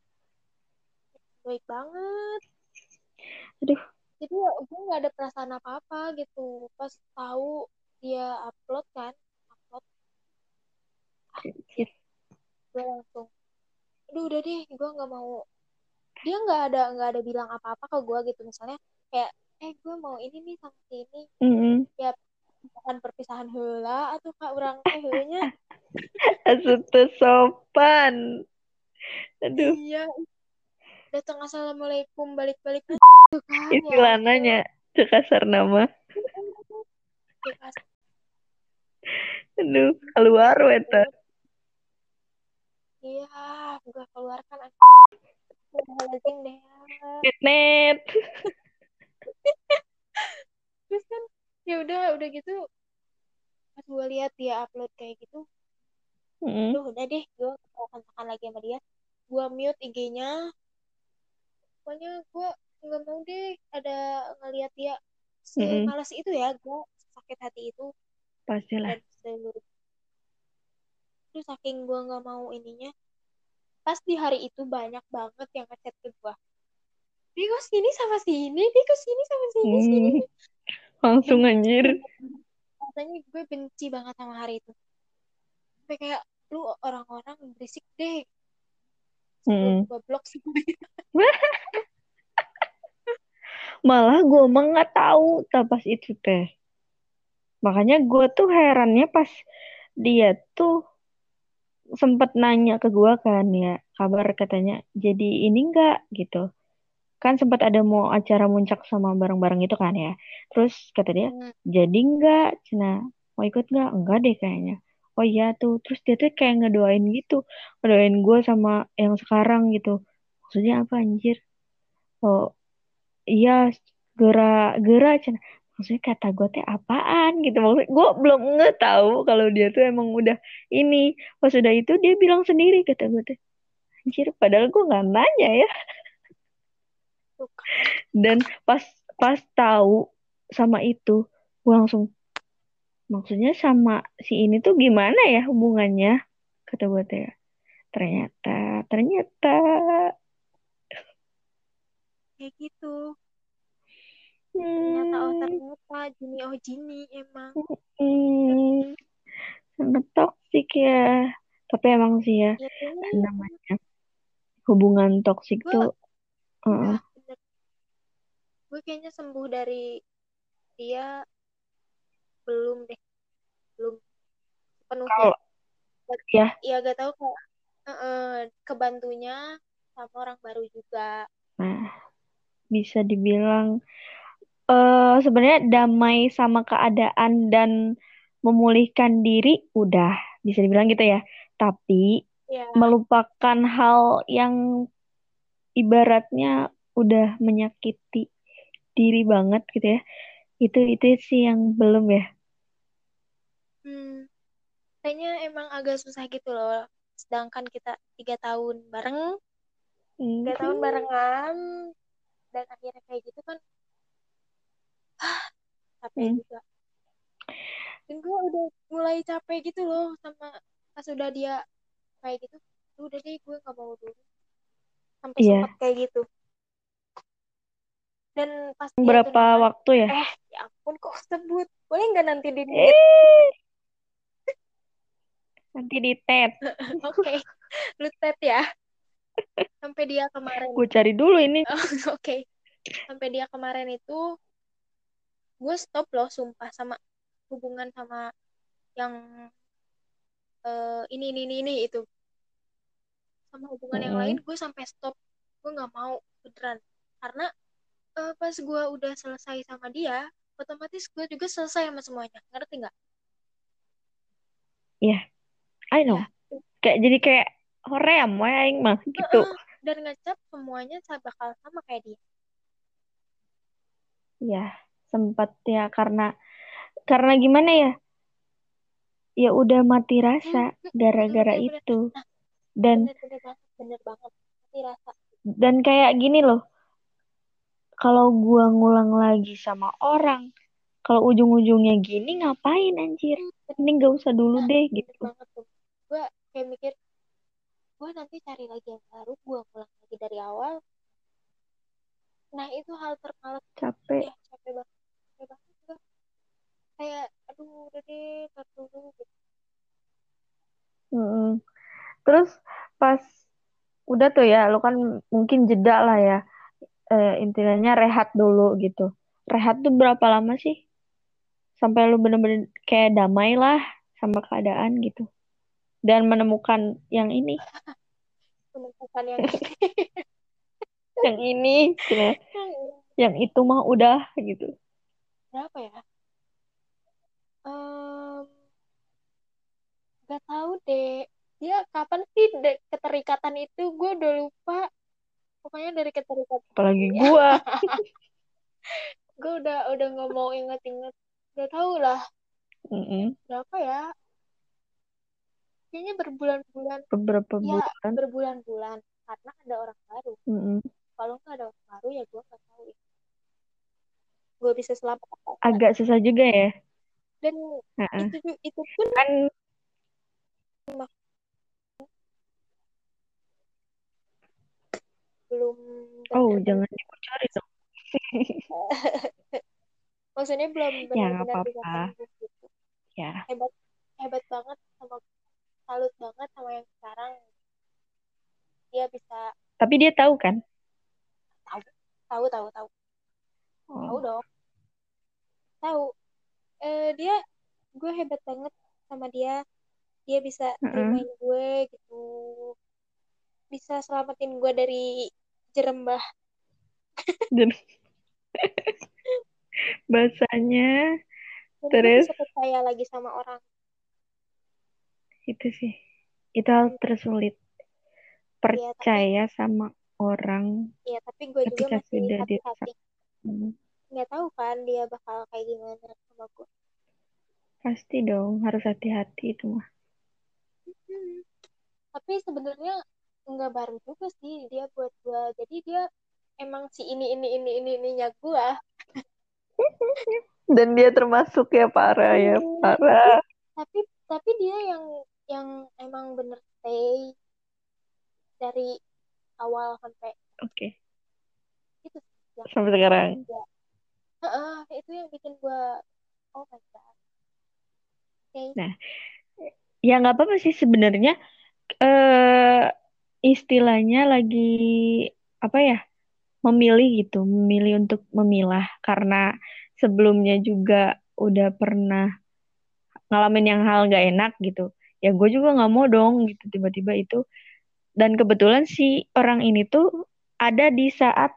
baik banget. Aduh, Jadi ya gue nggak ada perasaan apa-apa gitu, pas tahu dia upload kan, upload, anjir. anjir, gue langsung, aduh udah deh, gue nggak mau. Dia nggak ada nggak ada bilang apa-apa ke gue gitu, misalnya kayak, eh gue mau ini nih sama si ini, Mm-mm. ya bukan perpisahan heula atau kak orang teh heulanya. Asuh teu sopan. Aduh, Iya, datang assalamualaikum balik-balik tuh kan, ya istilah ampun. nanya sekasar nama. Ya, pas- Aduh, keluar ya weta. ampun. Iya, gue keluarkan astagfirullahaladzim deh. Net. Terus kan ya udah udah gitu, pas gue lihat dia upload kayak gitu, Mm-mm. aduh udah deh, gue mau kontakkan lagi sama dia, gue mute I G-nya. Pokoknya gue nggak mau deh ada ngelihat dia Mm-mm. semalas itu ya, gue sakit hati itu. Pastilah. Dan seluruh itu, saking gue nggak mau ininya, pas di hari itu banyak banget yang ngechat ke gue, dia kok sini sama sini, dia kok sini sama sini sini. Hmm, langsung Benci anjir. banget, rasanya gue benci banget sama hari itu, sampai kayak, lu orang-orang berisik deh, sebelum Mm-mm. gue blok sih. Malah gue emang nggak tahu tak pas itu teh. Makanya gue tuh herannya pas dia tuh sempet nanya ke gue kan ya kabar katanya jadi ini enggak gitu. kan sempat ada mau acara muncak sama bareng-bareng itu kan ya. Terus kata dia, Hmm. jadi enggak, Cina mau ikut enggak? Enggak deh kayaknya. Oh iya tuh, terus dia tuh kayak ngedoain gitu, ngedoain gue sama yang sekarang gitu. Maksudnya apa anjir? Oh iya, gera gera Cina. Maksudnya kata gue teh apaan gitu. Maksudnya gue belum nge tahu kalau dia tuh emang udah ini. Pas udah itu dia bilang sendiri kata gue teh. Anjir, padahal gue nggak nanya ya. Tuh kan. Dan pas pas tahu sama itu, gue langsung maksudnya sama si ini tuh gimana ya hubungannya? Kata gue teh. Ternyata, ternyata. Kayak gitu. Ternyata oh Hmm, ternyata Jini oh Jini emang. hmm, sangat toksik ya. Tapi emang sih ya, Ya kayaknya namanya hubungan toksik gue tuh, uh, ya bener. Gue kayaknya sembuh dari dia belum deh, belum sepenuhnya. kalau ya, Ya gak tahu kok. Kebantunya sama orang baru juga. nah bisa dibilang eh sebenarnya damai sama keadaan dan memulihkan diri udah bisa dibilang gitu ya. Tapi Ya, melupakan hal yang ibaratnya udah menyakiti diri banget gitu ya. Itu itu sih yang belum ya. hmm, kayaknya emang agak susah gitu loh. Sedangkan kita tiga tahun bareng, tiga tahun Mhm. barengan, dan akhirnya kayak gitu kan capek Hmm. juga. Dan gue udah mulai capek gitu loh sama pas udah dia kayak gitu. "Duh, udah deh gue gak mau dulu." Sampai sempat Iya, kayak gitu. Dan pas dia berapa tunangan, waktu ya? eh ya ampun kok sebut. Boleh nggak nanti di delete? Eh, nanti di tet. Oke, lu tet ya. Sampai dia kemarin. Gue cari dulu ini. Oke, sampai dia kemarin itu gue stop loh sumpah sama hubungan sama yang eh, ini ini ini ini itu sama hubungan yang lain Mm-mm. gue sampai stop, gue nggak mau beneran karena eh, pas gue udah selesai sama dia otomatis gue juga selesai sama semuanya, ngerti nggak? Ya, I know. Ya, Kayak jadi kayak hoream wae aing mah gitu. heeh. Dan ngecap semuanya saya bakal sama kayak dia. Ya, sempat ya karena karena gimana ya? Ya udah mati rasa Hmm, hmm, gara-gara bener-bener, itu. nah Dan bener-bener banget, bener banget nanti rasa. dan kayak gini loh, kalau gua ngulang lagi sama orang, kalau ujung-ujungnya gini ngapain anjir? Hmm, bener. Ini gak usah dulu Nah deh bener gitu. banget tuh, gue kayak mikir gue nanti cari lagi yang baru, gue ngulang lagi dari awal. Nah itu hal termales, Capek. ya capek banget, capek banget gue kayak aduh udah deh tar dulu gitu. Mm-mm. Terus pas udah tuh ya, lu kan mungkin jeda lah ya. Eh, intinya rehat dulu gitu. Rehat tuh berapa lama sih? Sampai lu bener-bener kayak damai lah sama keadaan gitu. Dan menemukan yang ini, Menentukan yang ini. yang ini, cina, Yang ini. yang itu mah udah gitu. Berapa ya? Em, Gak tahu deh. Dia kapan sih de- keterikatan itu? Gue udah lupa. Pokoknya dari keterikatan. Apalagi gua. Gue udah udah nggak mau inget-inget. Gak tahu lah. Mm-mm. Berapa ya? Kayaknya berbulan-bulan. Beberapa Ya, bulan. berbulan-bulan. Karena ada orang baru. Mm-mm. Kalau nggak ada orang baru ya gue nggak tahu. Gue bisa selamat apa enggak. Agak susah juga ya. Dan Heeh. itu ju- itu pun Kan, belum oh benar-benar. jangan dibocorin dong. Maksudnya belum Ya nggak benar-benar bisa apa-apa. sembuh gitu. Ya. Hebat, hebat banget sama, salut banget sama yang sekarang dia bisa Tapi dia tahu kan? tahu, tahu, tahu, tahu, tahu Oh. dong, tahu. Eh, dia, gue hebat banget sama dia, dia bisa Heeh. terimain gue gitu, bisa selamatin gue dari jerembah dan bahasanya Dan gue terus bisa percaya lagi sama orang. itu sih itu hal tersulit, Iya, tapi percaya sama orang ya tapi gue juga ketika masih sudah hati-hati. dirusak. Hmm, Nggak tahu kan dia bakal kayak gimana sama gue. pasti dong harus hati-hati itu mah. Hmm. Tapi sebenarnya nggak baru juga sih dia buat gue. Jadi dia emang si ini ini ini ini ininya gue. Dan dia termasuk ya parah ya Iya, tapi parah. tapi tapi dia yang yang emang bener stay dari awal sampai Oke, itu sih yang sampai sekarang. ya. Heeh, itu yang bikin gue oh my god. Oke. Nah, ya nggak apa-apa sih sebenarnya, eh istilahnya lagi apa ya, memilih gitu, memilih untuk memilah karena sebelumnya juga udah pernah ngalamin yang hal nggak enak gitu. Ya gue juga nggak mau dong gitu tiba-tiba itu. Dan kebetulan si orang ini tuh ada di saat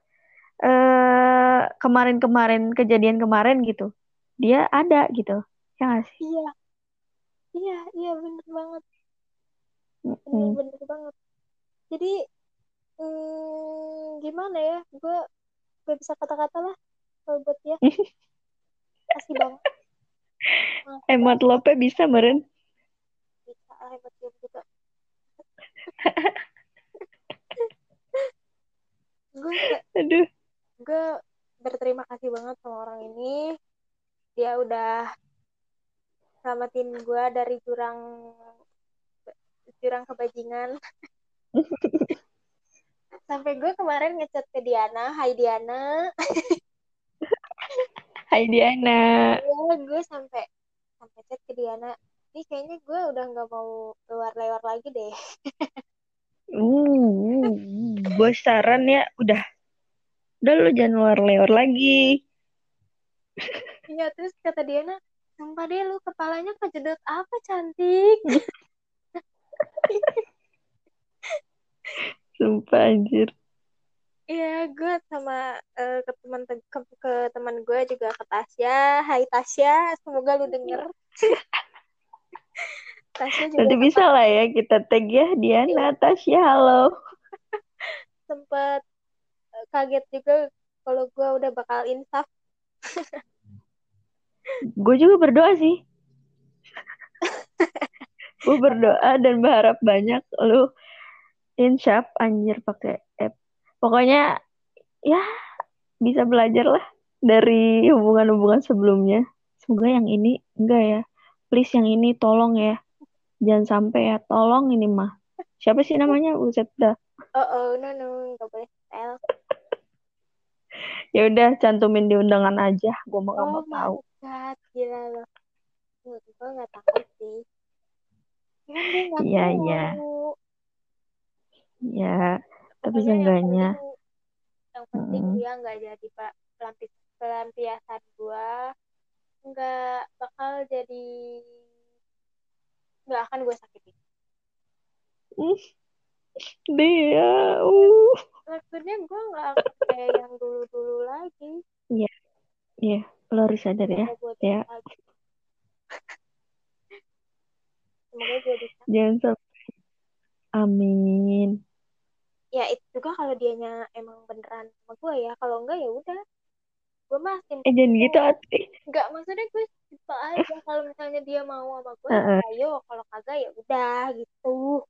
eh kemarin-kemarin kejadian kemarin gitu. Dia ada gitu. Ya nggak sih? Iya, iya, iya bener banget. Mm-mm. Bener-bener banget. Jadi hmm, gimana ya? Gue gak bisa kata-kata lah kalau buat dia. Kasih banget. Makasih Hemat banget. lope bisa meren. Bisa lah hebat dia juga. Gue Aduh. gue berterima kasih banget sama orang ini. Dia udah selamatin gue dari jurang jurang kebajingan. Sampai gue kemarin ngechat ke Diana, Hai Diana. Hai Diana. Iya, gue sampai sampai chat ke Diana. Ini kayaknya gue udah nggak mau keluar lewat lagi deh. Uh, gue saran ya, udah, udah lu jangan luar-luar lagi. Iya, terus kata Diana, sumpah deh lu kepalanya kejedot apa cantik. Sumpah anjir. Iya, gue sama eh, ke teman ke, ke teman gue juga ke Tasya. Hai Tasya, semoga lu denger. Tasya juga Nanti bisa sempat lah ya kita tag ya Diana, iya, Tasya, halo. sempat eh, kaget juga kalau gue udah bakal insaf. Gue juga berdoa sih. Gue berdoa dan berharap banyak lu insyaf anjir pakai app. Pokoknya ya bisa belajar lah dari hubungan-hubungan sebelumnya. Semoga yang ini enggak ya. Please yang ini tolong ya. Jangan sampai ya. Tolong ini mah. Siapa sih namanya? Buset dah. Oh, oh, no, no, nggak boleh style. Ya udah cantumin di undangan aja. Gue mau gak Oh mau my tahu. God, gila loh. Gue nggak tahu sih. Ya kan gue nggak Iya, iya. tahu. Ya, tapi Pokoknya yang seenggaknya. penting yang penting Mm, dia nggak jadi pak pelampis pelampiasan gua, nggak bakal jadi, nggak akan gue sakitin. mm, dia. Uh. Maksudnya gue nggak akan kayak yang dulu dulu lagi. Iya, iya. Lo harus sadar ya. Semoga gue Ya, bisa lagi. Semoga gue bisa. jangan sampai. Amin. Ya itu juga kalau dianya emang beneran sama gue ya, kalau enggak ya udah, gue mah Eh, simple jangan aja. gitu, Ati. Nggak, maksudnya gue simple aja, kalau misalnya dia mau sama gue ya Heeh. ayo, kalau kagak ya udah gitu.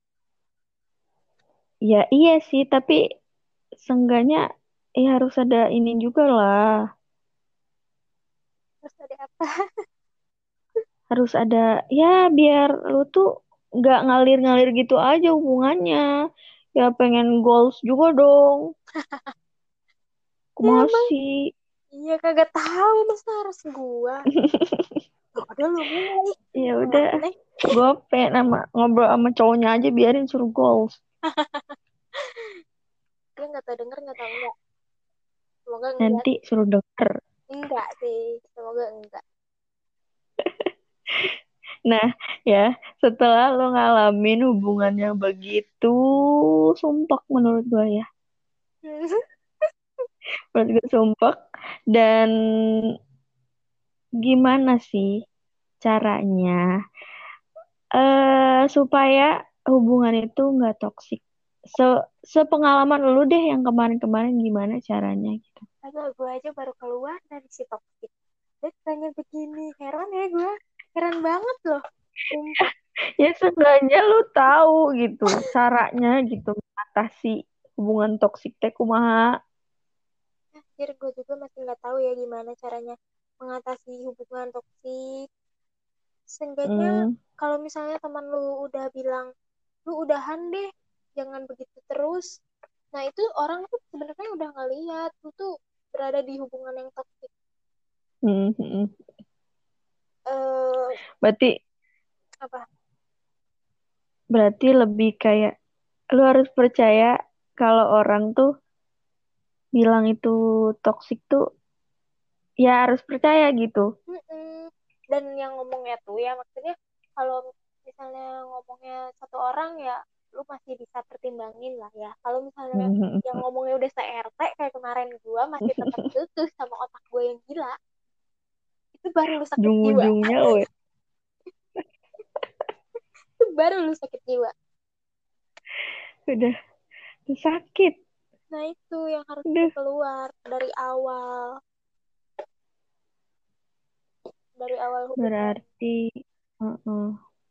Ya, iya sih. Tapi seenggaknya ya harus ada ini juga lah. Terus ada apa? Harus ada, ya biar lu tuh nggak ngalir-ngalir gitu aja hubungannya. Ya pengen goals juga dong. Ya emang Masih. iya kagak tahu masa harus gua. Ya udah lu mulai. Ya Yang udah, aneh. gue pengen sama ngobrol sama cowoknya aja biarin suruh goals. Dia nggak tahu denger nggak tahu enggak. Semoga enggak Nanti sih. suruh denger. Enggak sih. Semoga enggak. Nah, ya setelah lo ngalamin hubungan yang begitu sumpek menurut gue ya. Menurut gue sumpek. Dan gimana sih caranya eh supaya hubungan itu nggak toksik? Se Sepengalaman lu deh yang kemarin-kemarin gimana caranya gitu. Aduh, gue aja baru keluar dari si toxic. Dia tanya begini, heran ya gue. Heran banget loh. Sumpah. Ya seenggaknya lu tahu gitu caranya gitu mengatasi hubungan toksik teh kumaha. Anjir, gue juga masih nggak tahu ya gimana caranya mengatasi hubungan toksik. Seenggaknya Hmm, kalau misalnya teman lu udah bilang, lu udahan deh, jangan begitu terus. Nah itu orang tuh sebenarnya udah ngeliat lu tuh berada di hubungan yang toksik. hmm, hmm. Eh Berarti apa? berarti lebih kayak lu harus percaya kalau orang tuh bilang itu toksik tuh ya harus percaya gitu. Mm-mm. Dan yang ngomongnya tuh ya maksudnya kalau misalnya ngomongnya satu orang ya lu masih bisa pertimbangin lah ya. Kalau misalnya Hmm, yang ngomongnya udah se-R T kayak kemarin gua masih tetap kekeh sama otak gue yang gila, itu baru lu sakit jiwa. ujung-ujungnya weh Itu baru lu sakit jiwa. udah sakit. Nah itu yang harus lu Udah keluar dari awal, dari awal hubungan. berarti uh-uh.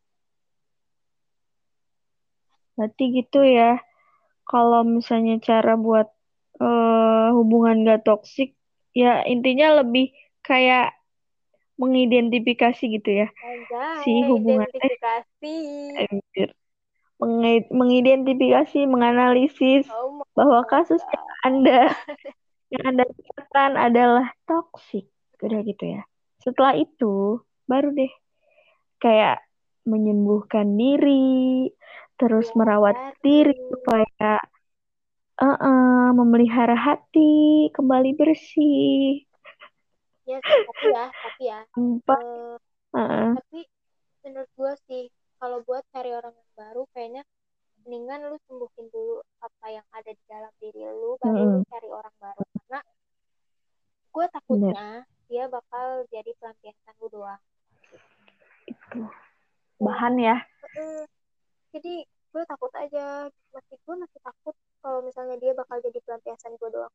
Berarti gitu ya. Kalau misalnya cara buat eh, hubungan gak toksik, ya intinya lebih kayak mengidentifikasi gitu ya. Si Anjay, hubungan eh identifikasi. anjir. Mengi- mengidentifikasi, menganalisis Oh bahwa my kasus yang god. Anda yang Anda katakan adalah toksik. Udah gitu ya. Setelah itu, baru deh kayak menyembuhkan diri, terus merawat diri Disadari. supaya eh, memelihara hati kembali bersih. Ya, tapi ya, tapi ya. Empat, eh, eh, tapi menurut gue sih, kalau buat cari orang yang baru, kayaknya mendingan lu sembuhin dulu apa yang ada di dalam diri lu, baru lu mm-mm, cari orang baru. Karena gue bener. takutnya dia bakal jadi pelampiasan lu doang. Itu Tuh. bahan ya. Eh, jadi gue takut aja, masih gue masih takut kalau misalnya dia bakal jadi pelampiasan gue doang.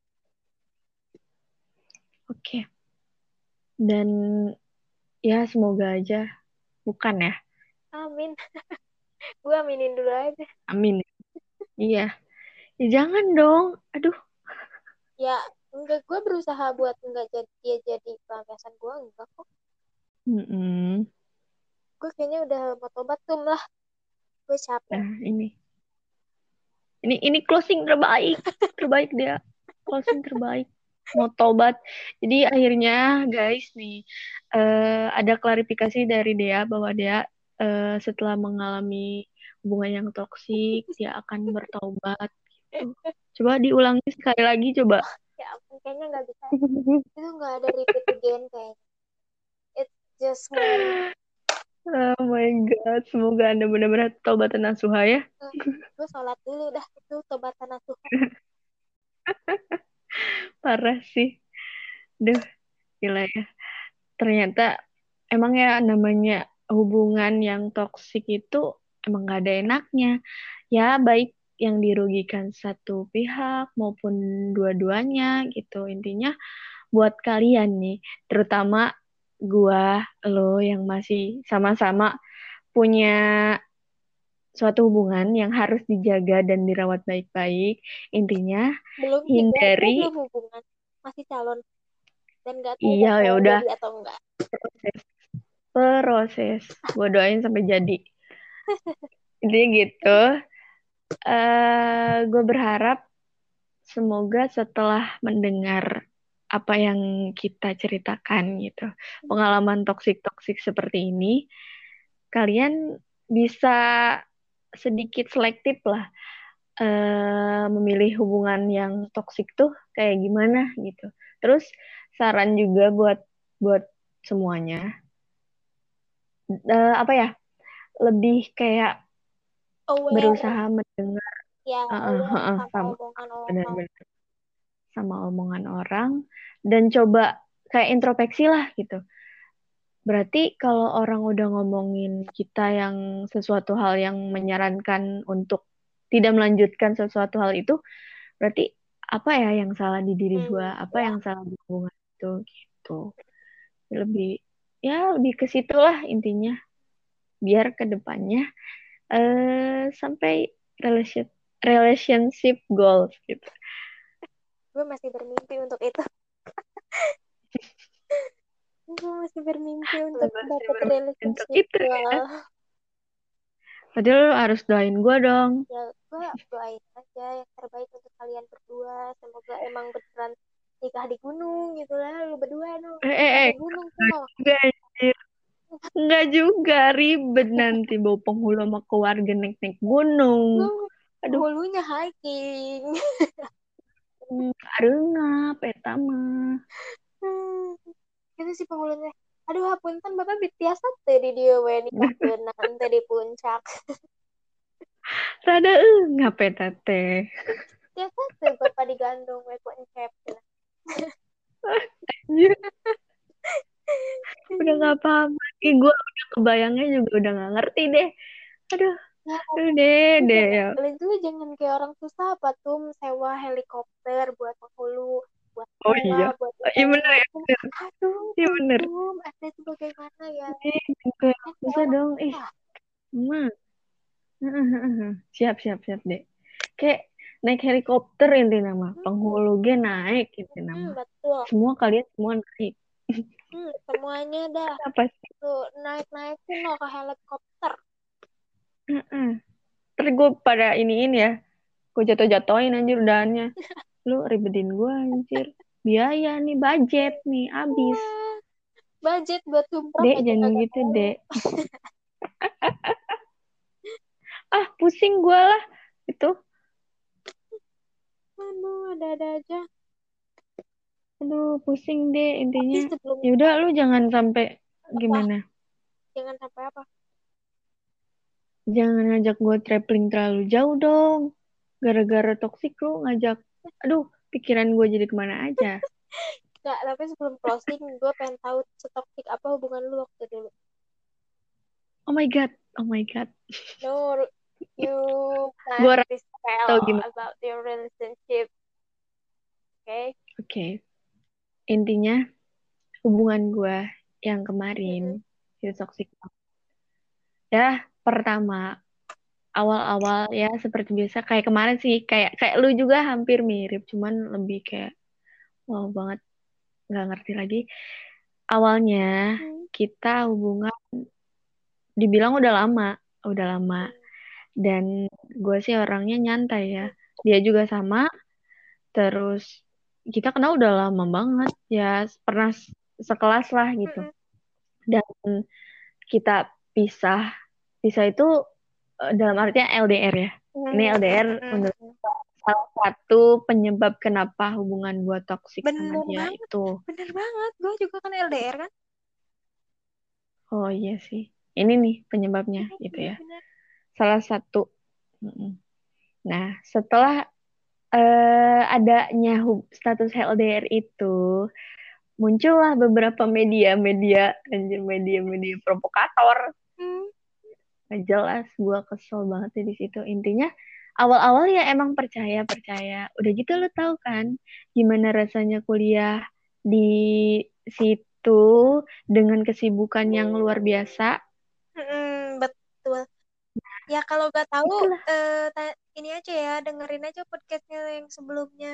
Oke. Dan ya semoga aja bukan ya. Amin. Gue aminin dulu aja. Amin. Iya. Ya, jangan dong. Aduh. Ya, enggak, gue berusaha buat enggak jadi dia jadi pelampiasan gue, enggak kok. Mm-mm. Gue kayaknya udah mau tobat tuh lah, gue capek. Nah, ini. Ini ini closing terbaik. Terbaik dia. Closing terbaik. Mau tobat. Jadi akhirnya guys nih eh, ada klarifikasi dari Dea bahwa Dea eh, setelah mengalami hubungan yang toksik dia akan bertobat gitu. Coba diulangi sekali lagi coba. Ya ampun, kayaknya nggak bisa. Itu nggak ada repeat again kayaknya. It's just one. Oh my God, semoga Anda benar-benar taubat dan nasuha ya. Uh, gue sholat dulu dah, itu tobatan nasuha. Parah sih. Duh, gila ya. Ternyata emang ya namanya hubungan yang toksik itu emang gak ada enaknya. Ya, baik yang dirugikan satu pihak maupun dua-duanya gitu. Intinya buat kalian nih, terutama gua, lo yang masih sama-sama punya suatu hubungan yang harus dijaga dan dirawat baik-baik. Intinya Belum juga, gue hindari, belum hubungan, masih calon dan nggak tahu iya ya bakal udah jadi atau enggak. proses, proses. Gue doain sampai jadi. Intinya gitu. eh gue berharap semoga setelah mendengar apa yang kita ceritakan gitu, pengalaman toksik-toksik seperti ini, kalian bisa sedikit selektif lah eh, memilih hubungan yang toksik tuh kayak gimana gitu. Terus saran juga buat buat semuanya, eh, apa ya, lebih kayak Aware, berusaha mendengar, ya heeh, aware heeh, sama sama omongan orang. benar-benar sama omongan orang dan coba kayak introspeksi lah gitu. Berarti kalau orang udah ngomongin kita yang sesuatu hal yang menyarankan untuk tidak melanjutkan sesuatu hal itu, berarti apa ya yang salah di diri Hmm, gue, apa ya. yang salah di hubungan itu gitu. Lebih ya lebih ke situ lah intinya. Biar ke depannya eh sampai relation relationship goals gitu. Gue masih bermimpi untuk itu. Gue masih bermimpi Lu untuk masih dapat bermimpi untuk relationship itu ya. goal. Padahal lu harus doain gue dong. Ya gue doain aja yang terbaik untuk kalian berdua, semoga emang beneran nikah di gunung gitu lah, lu berdua dong Eh, nikah eh, di eh. gunung Enggak tuh. juga, anjir. Enggak juga, ribet nanti bawa penghulu sama keluarga naik-naik gunung. Gue Aduh, hulunya hiking. hmm, aduh ngap, eta mah. Hmm, itu sih penghulunya, aduh punten bapak biasa teh di dia we nikah nanti di puncak. Rada eh ngap eta teh. Biasa tuh bapak digandung we ku encep. Anjir, udah gak paham lagi. Gue udah kebayangnya juga udah gak ngerti deh. Aduh, Ya, aduh deh, lu deh jangan, ya. lu jangan kayak orang susah apa tuh sewa helikopter buat penghulu, buat Oh sewa, iya. buat Oh, iya bener internet. ya, bener. Aduh, Iya bener. tuh, ada itu bagaimana ya? Eh, kayak Kan kayak susah orang dong. Ih, susah. emang. Siap, siap, siap deh. Kayak naik helikopter inti nama. Hmm, Penghulu ge naik inti hmm, nama. betul. Semua kalian semua naik. Hmm, semuanya dah Kenapa sih? tuh naik-naikin loh ke helikopter. Heeh. Terus gue pada iniin ya. Gue jatuh-jatuhin anjir udahannya. Lu ribetin gue anjir. Biaya nih, budget nih, abis. Wah, budget buat umroh Dek, aja jangan kagak gitu, tahu. Dek. Ah, pusing gue lah. Itu. Aduh, ada-ada aja. Aduh, pusing deh Tapi intinya. sebelum Ya udah lu jangan sampai apa? gimana? Jangan sampai apa? Jangan ngajak gue traveling terlalu jauh dong. Gara-gara toksik lu ngajak. Aduh, pikiran gue jadi kemana aja. Nggak, tapi sebelum closing, gue pengen tahu setoksik apa hubungan lu waktu dulu. Oh my God. Oh my God. No, you Gue can't rasa tau tell gimana. about your relationship, okay? Oke. Okay. Intinya hubungan gue yang Mm-mm. kemarin itu toksik. Ya, pertama awal-awal ya seperti biasa kayak kemarin sih kayak kayak lu juga hampir mirip cuman lebih kayak wow banget nggak ngerti lagi awalnya Hmm. kita hubungan dibilang udah lama udah lama dan gue sih orangnya nyantai ya dia juga sama terus kita kenal udah lama banget ya pernah s- sekelas lah gitu Mm-mm. dan kita pisah pisah itu eh, dalam artinya L D R ya ini Mm-mm. L D R menurut Mm-mm. salah satu penyebab kenapa hubungan gue toksik sama Bener dia banget, itu. bener banget. Gue juga kan L D R kan? Oh iya sih. Ini nih penyebabnya Ini gitu ya. bener-bener. Salah satu. Mm-mm. Nah, setelah eh, adanya hub- status L D R itu, muncullah beberapa media-media, anjir media-media provokator. Hmm. Gak jelas, gue kesel banget sih di situ. Intinya awal-awal ya emang percaya-percaya. Udah gitu lo tahu kan gimana rasanya kuliah di situ dengan kesibukan yang luar biasa. Mm-mm, betul. Ya kalau gak tahu, Itulah. eh, ta- ini aja ya, dengerin aja podcastnya yang sebelumnya.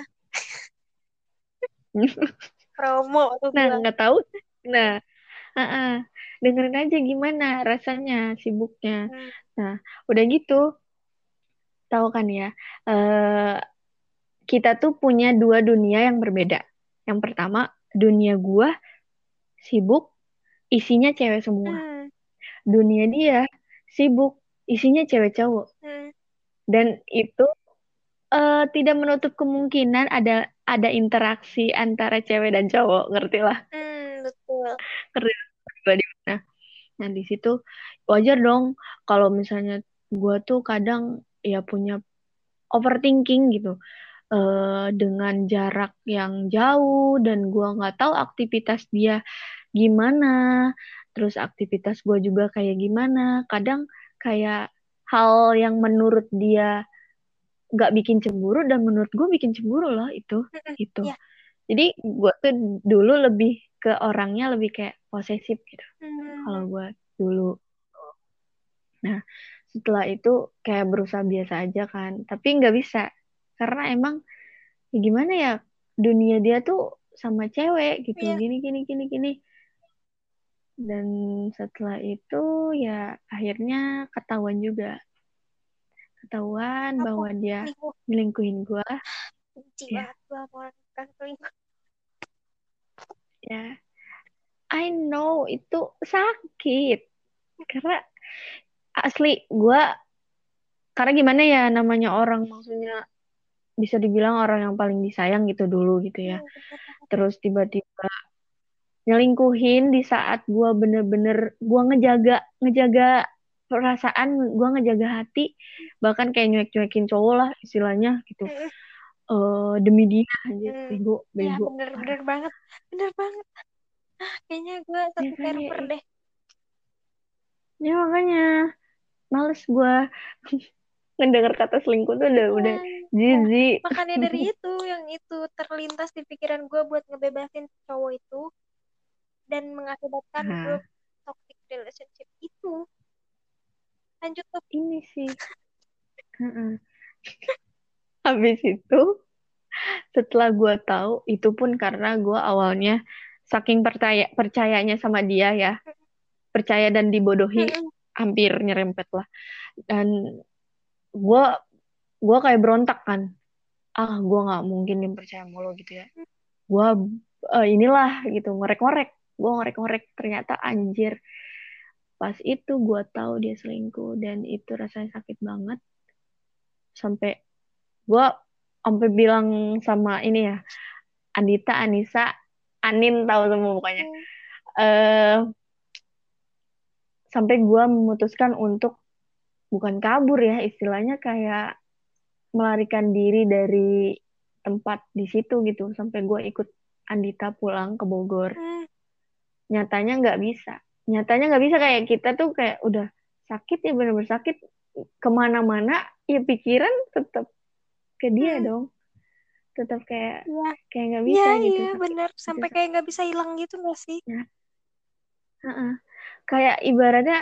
Promo tuh Nah, gue. nggak tahu. Nah, uh-uh. Dengerin aja gimana rasanya sibuknya. Hmm. Nah, udah gitu, tahu kan ya, eh kita tuh punya dua dunia yang berbeda. Yang pertama, dunia gua sibuk, isinya cewek semua. Hmm. Dunia dia sibuk, isinya cewek cowok. Hmm. Dan itu eh, tidak menutup kemungkinan ada ada interaksi antara cewek dan cowok, ngerti lah. Hmm, betul. Ngerti lah pribadi. Nah, nah di situ wajar dong kalau misalnya gua tuh kadang ya punya overthinking gitu. eh, dengan jarak yang jauh dan gue nggak tahu aktivitas dia gimana, terus aktivitas gue juga kayak gimana. Kadang kayak hal yang menurut dia nggak bikin cemburu dan menurut gue bikin cemburu loh itu Mm-mm. itu. Ya. Jadi gue tuh dulu lebih ke orangnya lebih kayak posesif gitu. Kalau Hmm. gue dulu. Nah, setelah itu kayak berusaha biasa aja kan. Tapi nggak bisa. Karena emang ya gimana ya, dunia dia tuh sama cewek gitu. Iya. Gini, gini, gini, gini. Dan setelah itu ya akhirnya ketahuan juga. Ketahuan Aku bahwa dia selingkuh. nyelingkuhin gue. Benci Ya, banget gue sama orang kan selingkuh. ya. I know itu sakit. Karena asli gue, karena gimana ya namanya orang maksudnya bisa dibilang orang yang paling disayang gitu dulu gitu ya. Hmm, bener banget. Terus tiba-tiba nyelingkuhin di saat gue bener-bener gue ngejaga ngejaga perasaan, gue ngejaga hati, bahkan kayak nyuek-nyuekin cowok lah istilahnya gitu. Mm-mm. Eh demi dia aja, Hmm. bego Ya bego bener-bener parah. banget. Bener banget. Kayaknya gue Ya satu kan ya, server eh. deh. Ya makanya males gue mendengar kata selingkuh tuh udah udah Hmm. Ya. jijik. Makanya dari itu, yang itu terlintas di pikiran gue buat ngebebasin cowok itu dan mengakibatkan gue Nah, toxic relationship itu. Lanjut tuh. ini sih. Heeh. Habis itu setelah gue tahu, itu pun karena gue awalnya saking percaya percayanya sama dia ya, percaya dan dibodohi Mm-mm. hampir nyerempet lah. Dan gue gue kayak berontak kan, ah gue nggak mungkin nih percaya mulu gitu ya. Gue eh, inilah gitu ngorek-ngorek, gue ngorek-ngorek ternyata anjir. Pas itu gue tahu dia selingkuh dan itu rasanya sakit banget. Sampai gue sampai bilang sama ini ya, Andita, Anissa, Anin tahu semua pokoknya. Hmm. eh Sampai gue memutuskan untuk bukan kabur ya, istilahnya kayak melarikan diri dari tempat di situ gitu. Sampai gue ikut Andita pulang ke Bogor. Hmm. Nyatanya nggak bisa. Nyatanya nggak bisa, kayak kita tuh kayak udah sakit ya, bener-bener sakit. Kemana-mana ya pikiran tetap ke dia Hmm. dong. Tetap kayak Iya. kayak nggak Iya, bisa gitu, iya sakit. bener. Bisa Sampai kayak sakit. nggak bisa hilang gitu nggak sih? Ya, heeh. Kayak ibaratnya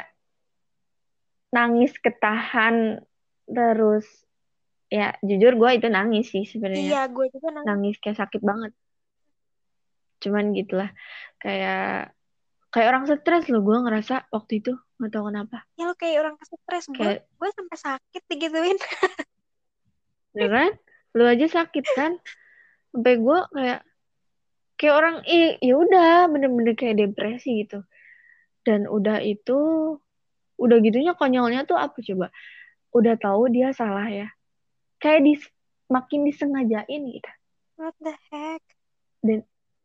nangis ketahan terus. Ya jujur gue itu nangis sih sebenarnya, Iya, gue juga nangis. nangis kayak sakit banget, cuman gitulah, kayak kayak orang stres loh gue ngerasa waktu itu, nggak tahu kenapa. Ya lo kayak orang stres. Gue Kayak, gue sampai sakit digituin. ya kan, lu aja sakit kan, sampai gue kayak kayak orang ih ya udah bener-bener kayak depresi gitu. Dan udah itu, udah gitunya konyolnya tuh apa coba, udah tahu dia salah ya, kayak dis makin disengajain gitu. What the heck? dan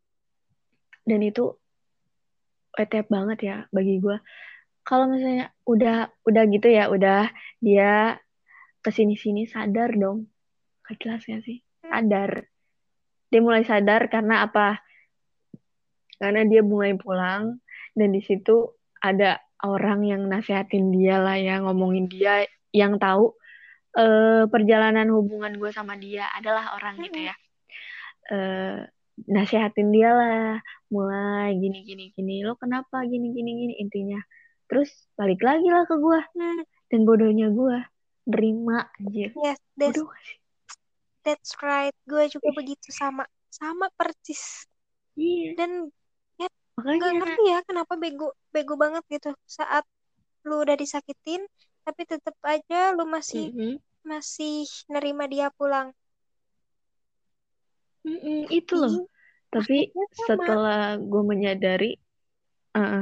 dan itu wetep banget ya bagi gue. Kalau misalnya udah udah gitu ya, udah dia kesini-sini sadar dong. Gak jelas gak sih? Hmm. Sadar. Dia mulai sadar karena apa? Karena dia mulai pulang dan di situ ada orang yang nasehatin dia lah ya, ngomongin dia, yang tahu eh, perjalanan hubungan gue sama dia adalah orang gitu Mm-mm. ya. Eh, Nasehatin dia lah, mulai gini gini gini, lo kenapa gini gini gini intinya. Terus balik lagi lah ke gue. Hmm. Dan bodohnya gue nerima anjir. Yes, that's, Bodoh gak sih? that's right. Gue juga Ih, begitu sama. Sama persis. iya, Dan ya nggak makanya. ngerti ya kenapa bego bego banget gitu saat lu udah disakitin tapi tetap aja lu masih Mm-mm. masih nerima dia pulang. Mm-mm, itu Tapi loh. Tapi akhirnya sama. setelah gue menyadari, uh,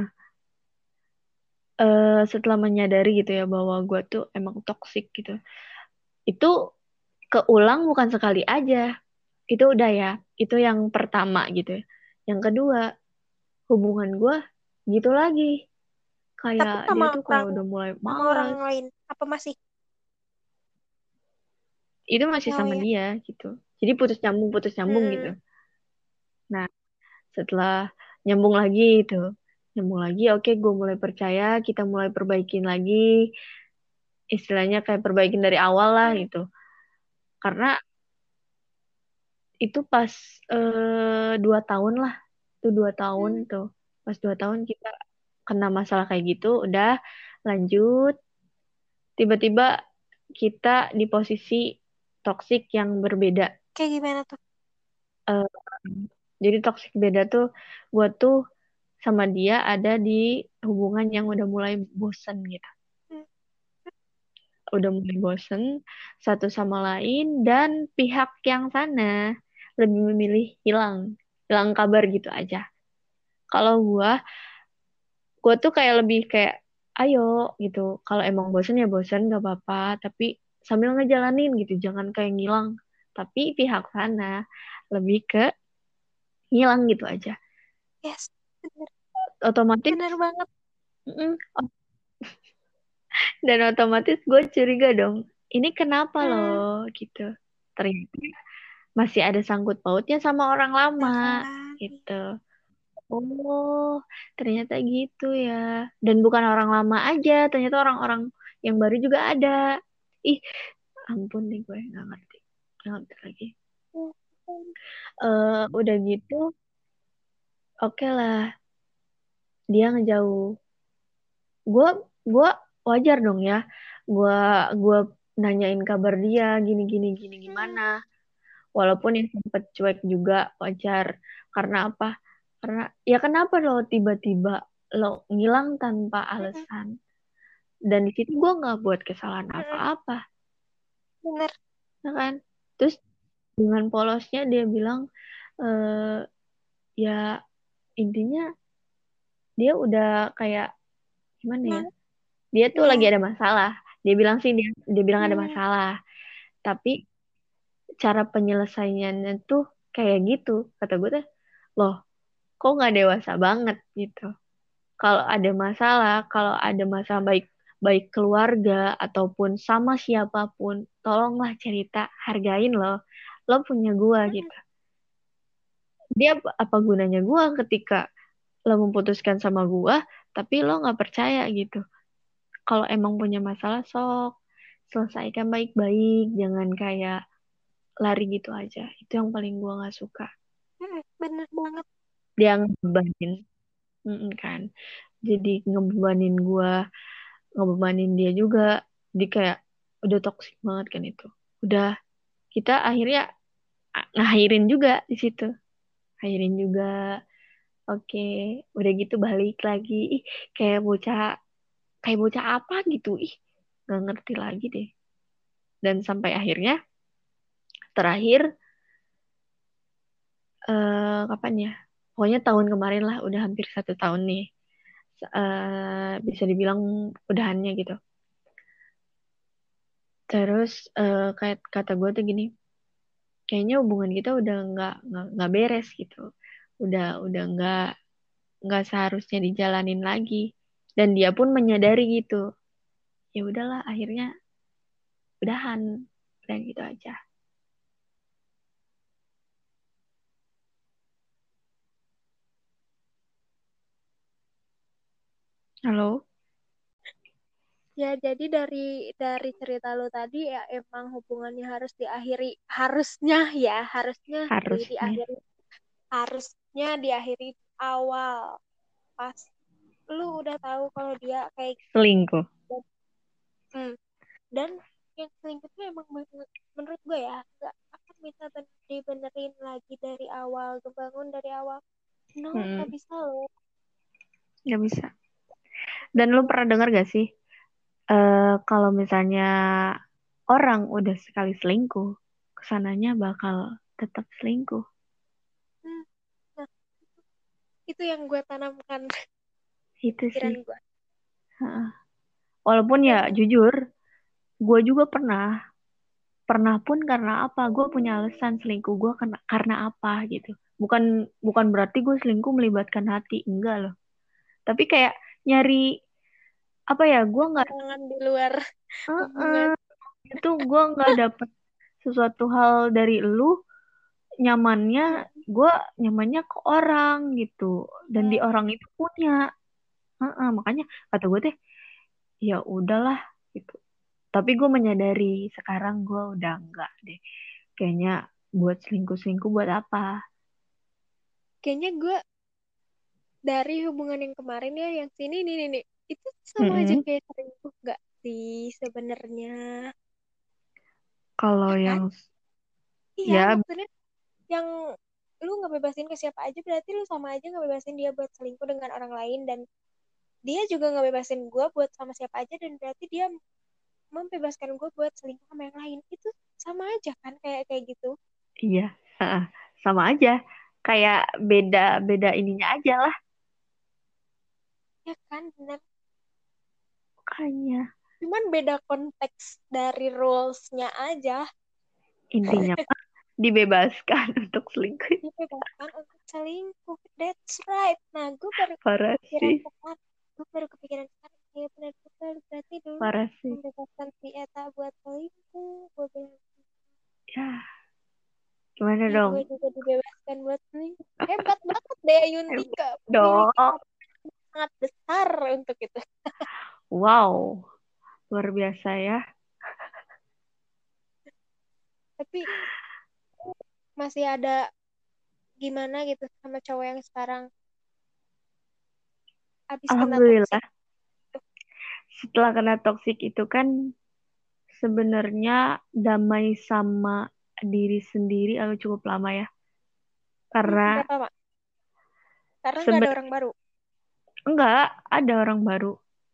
uh, setelah menyadari gitu ya bahwa gue tuh emang toksik gitu. Itu keulang bukan sekali aja. Itu udah ya. Itu yang pertama gitu ya. Yang kedua, hubungan gue gitu lagi. Kayak Tapi dia sama tuh kayak orang udah mulai sama orang males. lain apa masih? itu masih Oh sama ya. dia gitu. Jadi putus nyambung putus nyambung gitu. Mm-mm. Nah, setelah nyambung lagi itu, nyambung lagi, oke, gue mulai percaya, kita mulai perbaikin lagi, istilahnya kayak perbaikin dari awal lah Mm. gitu. Karena itu pas eh, dua tahun lah, tuh dua tahun Mm. tuh, pas dua tahun kita kena masalah kayak gitu, udah lanjut, tiba-tiba kita di posisi toksik yang berbeda. Kayak gimana tuh? Eh, jadi toksik beda tuh, gue tuh sama dia ada di hubungan yang udah mulai bosen gitu. Mm. Udah mulai bosen satu sama lain dan pihak yang sana lebih memilih hilang, hilang kabar gitu aja. Kalau gua, gua tuh kayak lebih kayak ayo gitu. Kalau emang bosen ya bosen gak apa-apa, tapi sambil ngejalanin gitu, jangan kayak ngilang. Tapi pihak sana lebih ke ngilang gitu aja. Yes, bener, Otomatis, bener banget. mm, dan otomatis gue curiga dong. Ini kenapa Mm. loh gitu. Ternyata masih ada sangkut pautnya sama orang lama Apalagi. gitu. Oh, ternyata gitu ya. Dan bukan orang lama aja, ternyata orang-orang yang baru juga ada. Ih, ampun nih gue nggak ngerti. Nggak ngerti lagi. Mm. Eh, udah gitu, oke lah, dia ngejauh. Gue, gue wajar dong ya. Gue, gue nanyain kabar dia, gini, gini, gini, Mm. gimana. Walaupun yang sempet cuek juga wajar. Karena apa? Karena ya kenapa lo tiba-tiba lo ngilang tanpa Mm. alasan? Dan di situ gue nggak buat kesalahan Mm. apa-apa, Bener. ya kan? Terus dengan polosnya dia bilang, eh ya intinya dia udah kayak gimana ya? Nah, Dia tuh lagi ya. ada masalah. Dia bilang sih dia, dia bilang ada Mm. masalah. Tapi cara penyelesaiannya tuh kayak gitu. Kata gue tuh, loh, kok nggak dewasa banget gitu. Kalau ada masalah, kalau ada masalah baik baik keluarga ataupun sama siapapun, tolonglah cerita, hargain loh. Lo punya gua Mm. gitu. Dia apa, apa gunanya gua ketika lo memutuskan sama gua, tapi lo nggak percaya gitu. Kalau emang punya masalah, sok selesaikan baik-baik, jangan kayak lari gitu aja. Itu yang paling gua nggak suka. Mm. Bener banget. Dia ngebebanin, mm, kan. Jadi ngebebanin gua, ngebebanin dia juga. Dia kayak udah toksik banget kan itu. Udah kita akhirnya a- ngakhirin juga di situ. Akhirin juga. Oke, udah gitu balik lagi. Ih, kayak bocah kayak bocah apa gitu. Ih, nggak ngerti lagi deh. Dan sampai akhirnya terakhir eh, kapan ya? Pokoknya tahun kemarin lah, udah hampir satu tahun nih. S- eh, bisa dibilang udahannya gitu. Terus eh, kayak kata gue tuh gini, kayaknya hubungan kita udah nggak nggak nggak beres gitu, udah udah nggak nggak seharusnya dijalanin lagi, dan dia pun menyadari gitu. Ya udahlah, akhirnya udahan, dan gitu aja. Halo. Ya, jadi dari dari cerita lu tadi ya emang hubungannya harus diakhiri, harusnya ya, harusnya di Harusnya diakhiri, harusnya diakhiri awal pas lu udah tahu kalau dia kayak selingkuh. gitu. Hmm. Dan yang selingkuh itu emang men- menurut gue ya nggak akan bisa ben- dibenerin lagi dari awal, dibangun dari awal. No, nggak Mm, bisa loh. nggak bisa. Dan lu Gitu. pernah dengar gak sih, eh kalau misalnya orang udah sekali selingkuh, kesananya bakal tetap selingkuh. Hmm. Nah, itu yang gue tanamkan di Itu sih. pikiran gue. Heeh. Walaupun ya Dan jujur, gue juga pernah. Pernah pun karena apa? Gue punya alasan selingkuh gue karena, karena apa gitu. Bukan bukan berarti gue selingkuh melibatkan hati, enggak loh. Tapi kayak nyari apa ya? Gue nggak, kesenangan di luar hubungan. Heeh, itu gue nggak dapet sesuatu hal dari lu nyamannya, Mm-mm. gue nyamannya ke orang gitu, dan di Hmm. orang itu punya. Heeh, makanya kata gue teh ya udahlah gitu. Tapi gue menyadari sekarang gue udah enggak deh. Kayaknya buat selingkuh-selingkuh buat apa? Kayaknya gue dari hubungan yang kemarin ya, yang sini nih nih, nih, itu sama aja Mm-mm. kayak selingkuh nggak sih sebenarnya? Kalau Ya kan? yang Iya, ya maksudnya yang lu nggak bebasin ke siapa aja, berarti lu sama aja nggak bebasin dia buat selingkuh dengan orang lain, dan dia juga nggak bebasin gue buat sama siapa aja, dan berarti dia membebaskan gue buat selingkuh sama yang lain. Itu sama aja kan, kayak kayak gitu. iya, heeh, sama aja. Kayak beda beda ininya aja lah. Ya kan, bener. Makanya Cuman beda konteks dari rules-nya aja. intinya mah dibebaskan untuk selingkuh. Dibebaskan untuk selingkuh. That's right. Nah, gue baru Parah kepikiran sih, sekarang. Gue baru kepikiran sekarang. Ya benar-benar berarti dulu parah sih. membebaskan si Eta buat selingkuh. Gue bilang, Ya, gimana ih gue dong? juga dibebaskan buat selingkuh. Hebat banget deh Hebat Yuntika. Memiliki dong. hati sangat besar untuk itu. Wow, luar biasa ya. Tapi masih ada gimana gitu sama cowok yang sekarang abis kena toksik. Alhamdulillah, setelah kena toksik itu kan sebenarnya damai sama diri sendiri aku cukup lama ya. Hmm, Karena berapa lama? Karena nggak ada orang sebenarnya baru. enggak ada orang baru,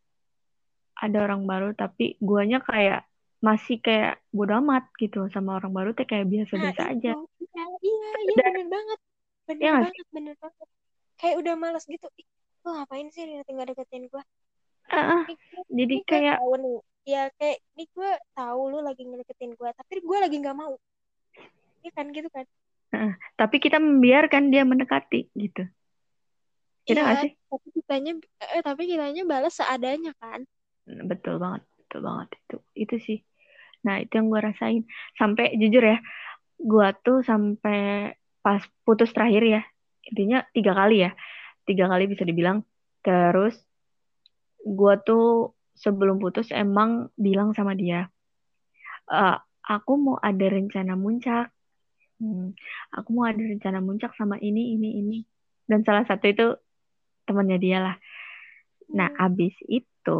ada orang baru tapi guanya kayak masih kayak bodo amat gitu sama orang baru teh kayak Nah biasa-biasa aja. itu, iya, iya, iya Dan bener banget. ya Bener nggak sih? banget, bener banget. Kayak udah males gitu. Ih, lu ngapain sih nih nggak deketin gue? Ah, ah. Nih, gue Jadi nih gue kayak tahu nih. Ya kayak, nih gue tahu lu lagi ngedeketin gue. Tapi gue lagi nggak mau. Iya kan gitu kan? ah, tapi kita membiarkan dia mendekati gitu. Kita Iya, nggak sih? tapi kitanya, eh, tapi kitanya balas seadanya kan? Betul banget, betul banget itu. Itu sih. Nah, itu yang gue rasain. Sampai jujur ya, gue tuh sampai pas putus terakhir ya, intinya tiga kali ya, tiga kali bisa dibilang. Terus gue tuh sebelum putus emang bilang sama dia, "Eh, aku mau ada rencana muncak. Hmm, aku mau ada rencana muncak sama ini, ini, ini." Dan salah satu itu temannya dia lah. Nah, Hmm. abis itu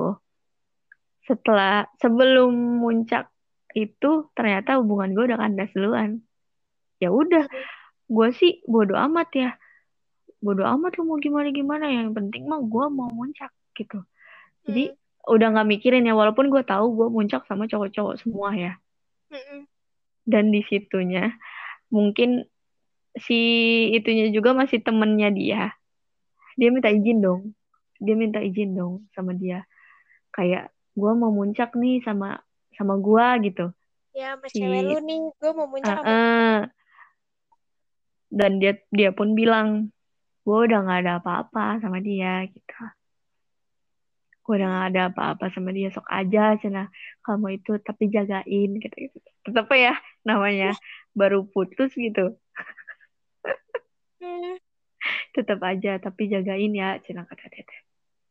setelah sebelum muncak itu ternyata hubungan gue udah kandas duluan. Ya udah, Hmm. gue sih bodo amat ya, bodo amat lu mau gimana gimana, yang penting mah gue mau muncak gitu. Jadi Hmm. udah nggak mikirin ya, walaupun gue tahu gue muncak sama cowok-cowok semua ya. Hmm. Dan di situnya mungkin si itunya juga masih temennya dia, dia minta Hmm. izin dong, dia minta izin dong sama dia, kayak gue mau muncak nih sama sama gue gitu. Ya sama Si cewek lu nih, gue mau muncak eh, sama. eh. Dan dia dia pun bilang gue udah nggak ada apa-apa sama dia gitu, gue udah Hmm. gak ada apa-apa sama dia, sok aja cina kamu itu, tapi jagain gitu gitu. Tetep ya, namanya baru putus gitu, Hmm. tetap aja tapi jagain ya cina kata dia teh.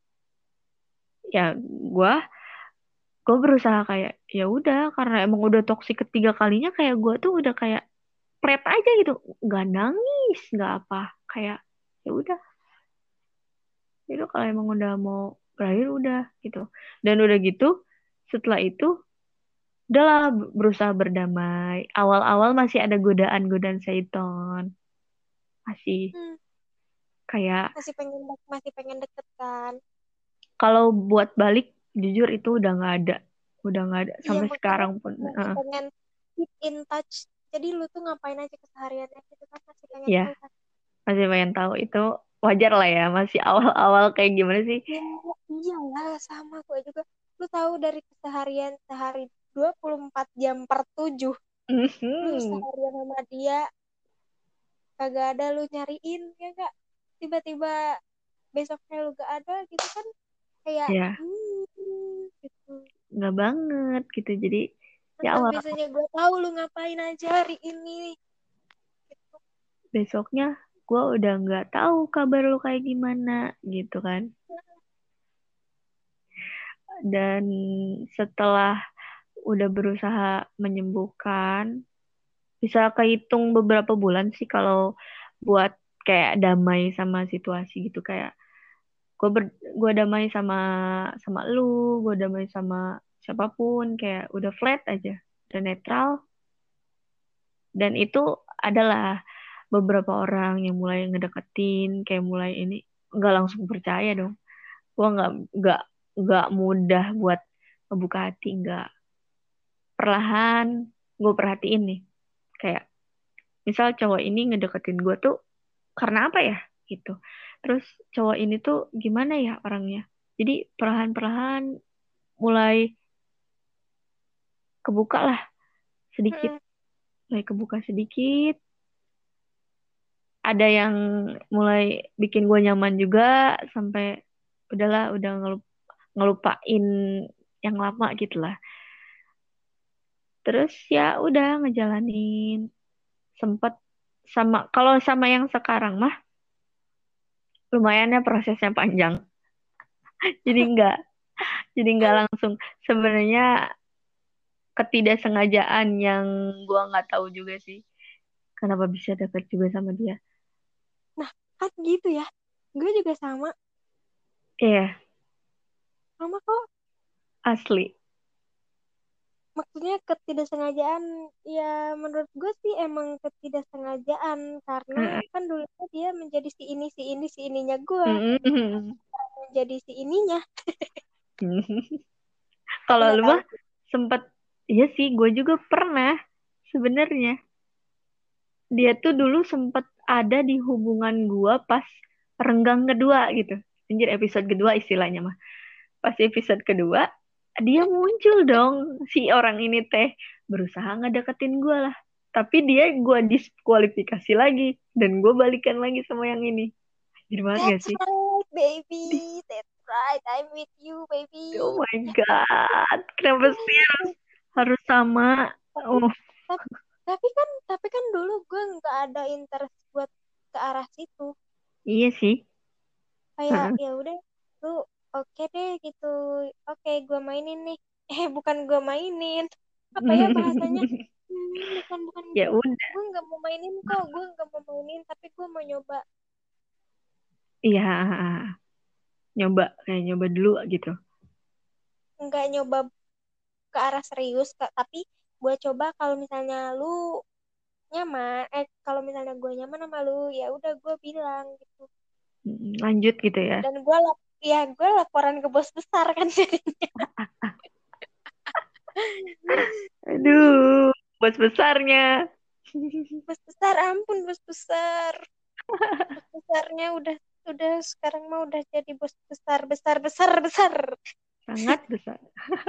Ya gue gue berusaha kayak ya udah, karena emang udah toksik ketiga kalinya, kayak gue tuh udah kayak pret aja gitu, nggak nangis nggak apa, kayak ya udah, itu kalau emang udah mau berakhir udah gitu. Dan udah gitu setelah itu udahlah berusaha berdamai. Awal-awal masih ada godaan-godaan setan. Masih Hmm. kayak Masih pengen masih pengen deket kan? kalau buat balik jujur itu udah nggak ada. Udah nggak ada Iya sampai makanya sekarang pun. masih Heeh. pengen keep in touch. Jadi lu tuh ngapain aja kesehariannya gitu kan, masih pengen Ya, tahu kan? masih pengen tahu itu, wajar lah ya. Masih awal-awal kayak gimana sih? Ya iyalah, sama gue juga. Lu tahu dari keseharian sehari dua puluh empat jam per tujuh, lu Mhm. seharian sama dia kagak ada lu nyariin ya gak? Tiba-tiba besoknya lu gak ada gitu kan, kayak Ya, hmm, gitu. nggak banget gitu. Jadi Ya Tentang Allah, biasanya gue tahu lu ngapain aja hari ini. Gitu. besoknya gue udah nggak tahu kabar lu kayak gimana gitu kan. Dan setelah udah berusaha menyembuhkan, bisa kehitung beberapa bulan sih kalau buat kayak damai sama situasi gitu. Kayak gue ber gue damai sama sama lu, gue damai sama siapapun, kayak udah flat aja, udah netral. Dan itu adalah beberapa orang yang mulai ngedeketin, kayak mulai ini, nggak langsung percaya dong. Gue nggak nggak nggak mudah buat ngebuka hati, nggak. Perlahan gue perhatiin nih, kayak misal cowok ini ngedeketin gue tuh karena apa ya gitu. Terus cowok ini tuh gimana ya orangnya. Jadi perlahan-perlahan mulai kebuka lah sedikit, Mm-mm. mulai kebuka sedikit. Ada yang mulai bikin gue nyaman juga, sampai udahlah, udah ngelup, ngelupain yang lama gitu lah. Terus ya udah ngejalanin, sempet sama, kalau sama yang sekarang mah lumayan ya prosesnya panjang. Jadi nggak jadi nggak langsung. Sebenarnya ketidaksengajaan yang gua nggak tahu juga sih kenapa bisa deket juga sama dia. Nah, kan gitu ya. Gue juga sama. Iya, Sama kok. asli. Maksudnya ketidaksengajaan, ya menurut gue sih emang ketidaksengajaan. Karena Heeh. kan dulunya dia menjadi si ini, si ini, si ininya gue. Mm-mm. Menjadi si ininya. Tapi Kalau nggak lu tahu. mah sempet, iya sih, gue juga pernah sebenarnya. Dia tuh dulu sempet ada di hubungan gua pas renggang kedua gitu. Anjir, episode kedua istilahnya mah. Pas episode kedua, dia muncul dong, si orang ini teh berusaha ngedeketin gua lah. Tapi dia gua diskualifikasi lagi dan gua balikan lagi sama yang ini. Anjir banget gak That's sih? right, Di- baby. That's right. I'm with you, Oh baby. my Ya God, kenapa sih harus, ampun. harus sama? Tapi, Oh, tapi, tapi kan, tapi kan dulu gue nggak ada interest buat ke arah situ. iya sih. Kayak Heeh. ya udah, lu oke deh gitu. Oke, gue mainin nih. Eh, bukan gue mainin. Apa ya bahasanya? Hmm, bukan, bukan Ya gue. udah, Gue nggak mau mainin kok. Gue nggak mau mainin, tapi gue mau nyoba. iya, nyoba, kayak nyoba dulu gitu. Nggak nyoba ke arah serius, Kak. Tapi gue coba kalau misalnya lu nyaman. Eh, kalau misalnya gue nyaman sama lu, ya udah gue bilang gitu. Mm, lanjut gitu ya. Dan gue lap ya gue laporan ke bos besar kan jadinya. Aduh, bos besarnya. Bos besar, ampun bos besar. Bos besarnya udah udah sekarang mah udah jadi bos besar besar besar besar. Sangat besar.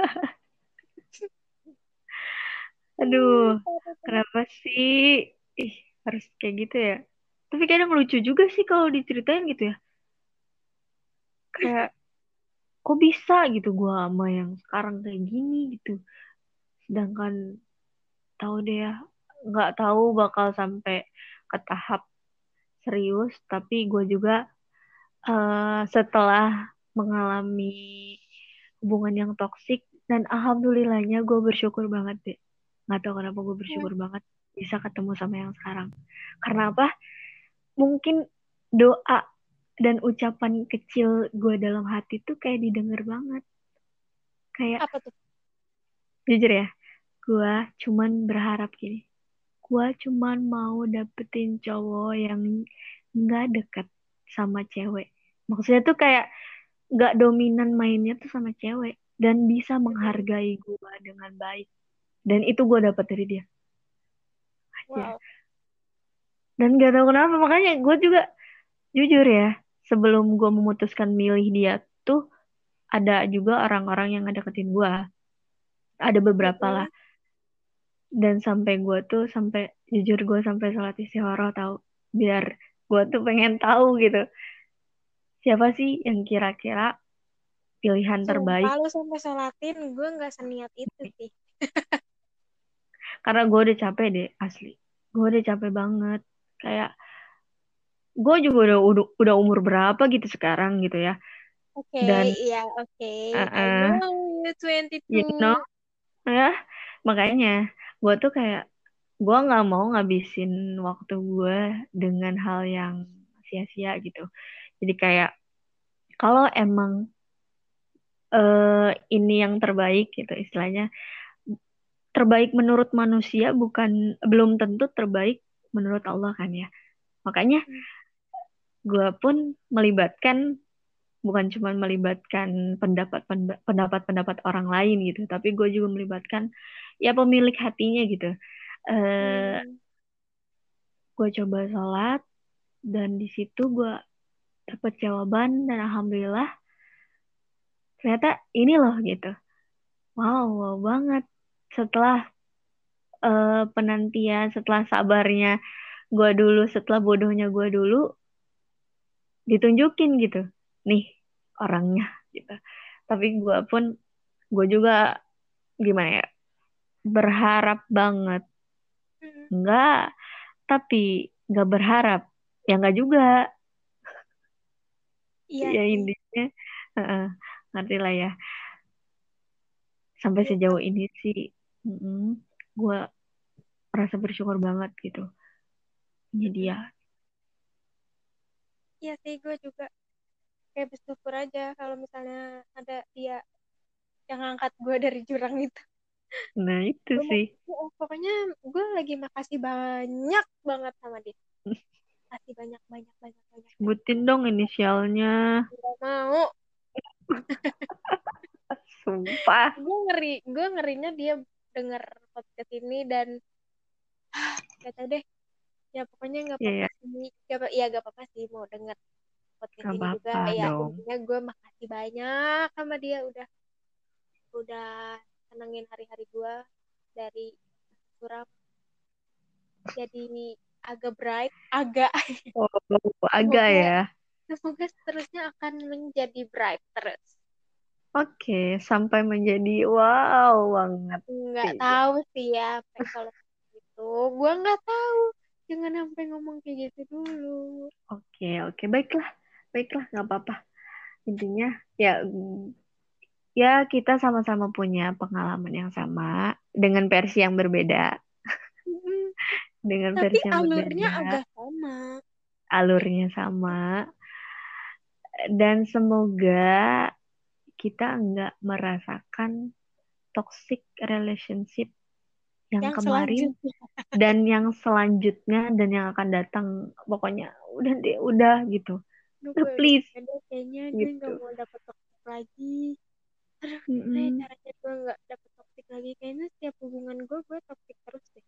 Aduh, Hmm, parah banget. kenapa sih? Ih, harus kayak gitu ya. Tapi kadang lucu juga sih kalau diceritain gitu ya. Kayak, kok bisa gitu gua sama yang sekarang kayak gini gitu. Sedangkan tahu deh ya, nggak tahu bakal sampai ke tahap serius. Tapi gue juga eh, setelah mengalami hubungan yang toksik, dan alhamdulillahnya gue bersyukur banget deh. Nggak tahu kenapa gue Hmm, bersyukur banget bisa ketemu sama yang sekarang. Karena apa? Mungkin doa dan ucapan kecil gue dalam hati tuh kayak didengar banget. Kayak apa tuh? jujur ya, gue cuman berharap gini. Gue cuman mau dapetin cowok yang nggak deket sama cewek. Maksudnya tuh kayak nggak dominan mainnya tuh sama cewek dan bisa Hmm, menghargai gue dengan baik. Dan itu gue dapet dari dia aja. wow. Dan gak tahu kenapa, makanya gue juga jujur ya, sebelum gue memutuskan milih dia tuh ada juga orang-orang yang ngedeketin gue. Ada beberapa lah. Mm-mm. Dan sampai gue tuh sampai jujur gue sampai sholat istikharah tahu, biar gue tuh pengen tahu gitu siapa sih yang kira-kira pilihan terbaik. Sumpah lu sampai sholatin gue nggak seniat itu sih. Karena gue udah capek deh, asli. Gue udah capek banget. Kayak gue juga udah, udah udah umur berapa gitu sekarang gitu ya. Oke, okay, Dan iya, oke. Okay. I uh, know you you know, dua puluh dua. ya makanya gue tuh kayak gue nggak mau ngabisin waktu gue dengan hal yang sia-sia gitu. Jadi kayak kalau emang eh, ini yang terbaik gitu istilahnya, terbaik menurut manusia bukan belum tentu terbaik menurut Allah kan ya. Makanya Hmm. gue pun melibatkan bukan cuma melibatkan pendapat pendapat pendapat orang lain gitu, tapi gue juga melibatkan ya pemilik hatinya gitu. Eh, Hmm. gue coba sholat dan di situ gue dapet jawaban dan alhamdulillah ternyata ini loh gitu. Wow, wow banget. Setelah eh, penantian, setelah sabarnya gue dulu, setelah bodohnya gue dulu, ditunjukin gitu. Nih orangnya gitu. Tapi gue pun, gue juga gimana ya, berharap banget. Hmm. Enggak, tapi nggak berharap. Ya enggak juga. Iya Ya sih. intinya, heeh, ngerti lah ya. Sampai Iya, sejauh ini sih, gue merasa bersyukur banget gitu. Ini mm-mm. dia. Iya sih, gue juga kayak bersyukur aja kalau misalnya ada dia yang ngangkat gue dari jurang itu. Nah itu Gue sih. mau- oh, pokoknya gue lagi makasih banyak banget sama dia. Makasih banyak banyak banyak banyak banyak Sebutin banyak. dong inisialnya. Gak mau. Sumpah. Gue ngeri, gue ngerinya dia denger podcast ini dan gak tau deh. Ya pokoknya nggak Ya, apa-apa ya. sih. Gak, apa- ya gak apa-apa sih mau denger podcast Gak ini juga. apa-apa Ya dong. intinya gue makasih banyak sama dia udah udah senengin hari-hari gue dari suram jadi agak bright, agak Oh, agak semoga ya. semoga seterusnya akan menjadi bright terus. Oke, sampai menjadi wow banget. Nggak Iya. tahu sih ya sampai kalau gitu, gue nggak tahu. Jangan sampai ngomong kayak gitu dulu. Oke, oke. Baiklah. Baiklah, nggak apa-apa. Intinya, ya, mm, ya kita sama-sama punya pengalaman yang sama dengan versi yang berbeda. Mm-mm. Dengan Tapi versi yang alurnya berbeda, agak sama. alurnya sama. Dan semoga kita nggak merasakan toxic relationship yang Yang kemarin selanjutnya, dan yang selanjutnya dan yang akan datang. Pokoknya udah deh, udah gitu. aduh Udah gue udah please ada kayaknya gue nggak gitu. mau dapet toxic lagi. Aduh, gimana ya Mm-mm. caranya gue nggak dapet toxic lagi? Kayaknya setiap hubungan gue, gue toxic terus deh.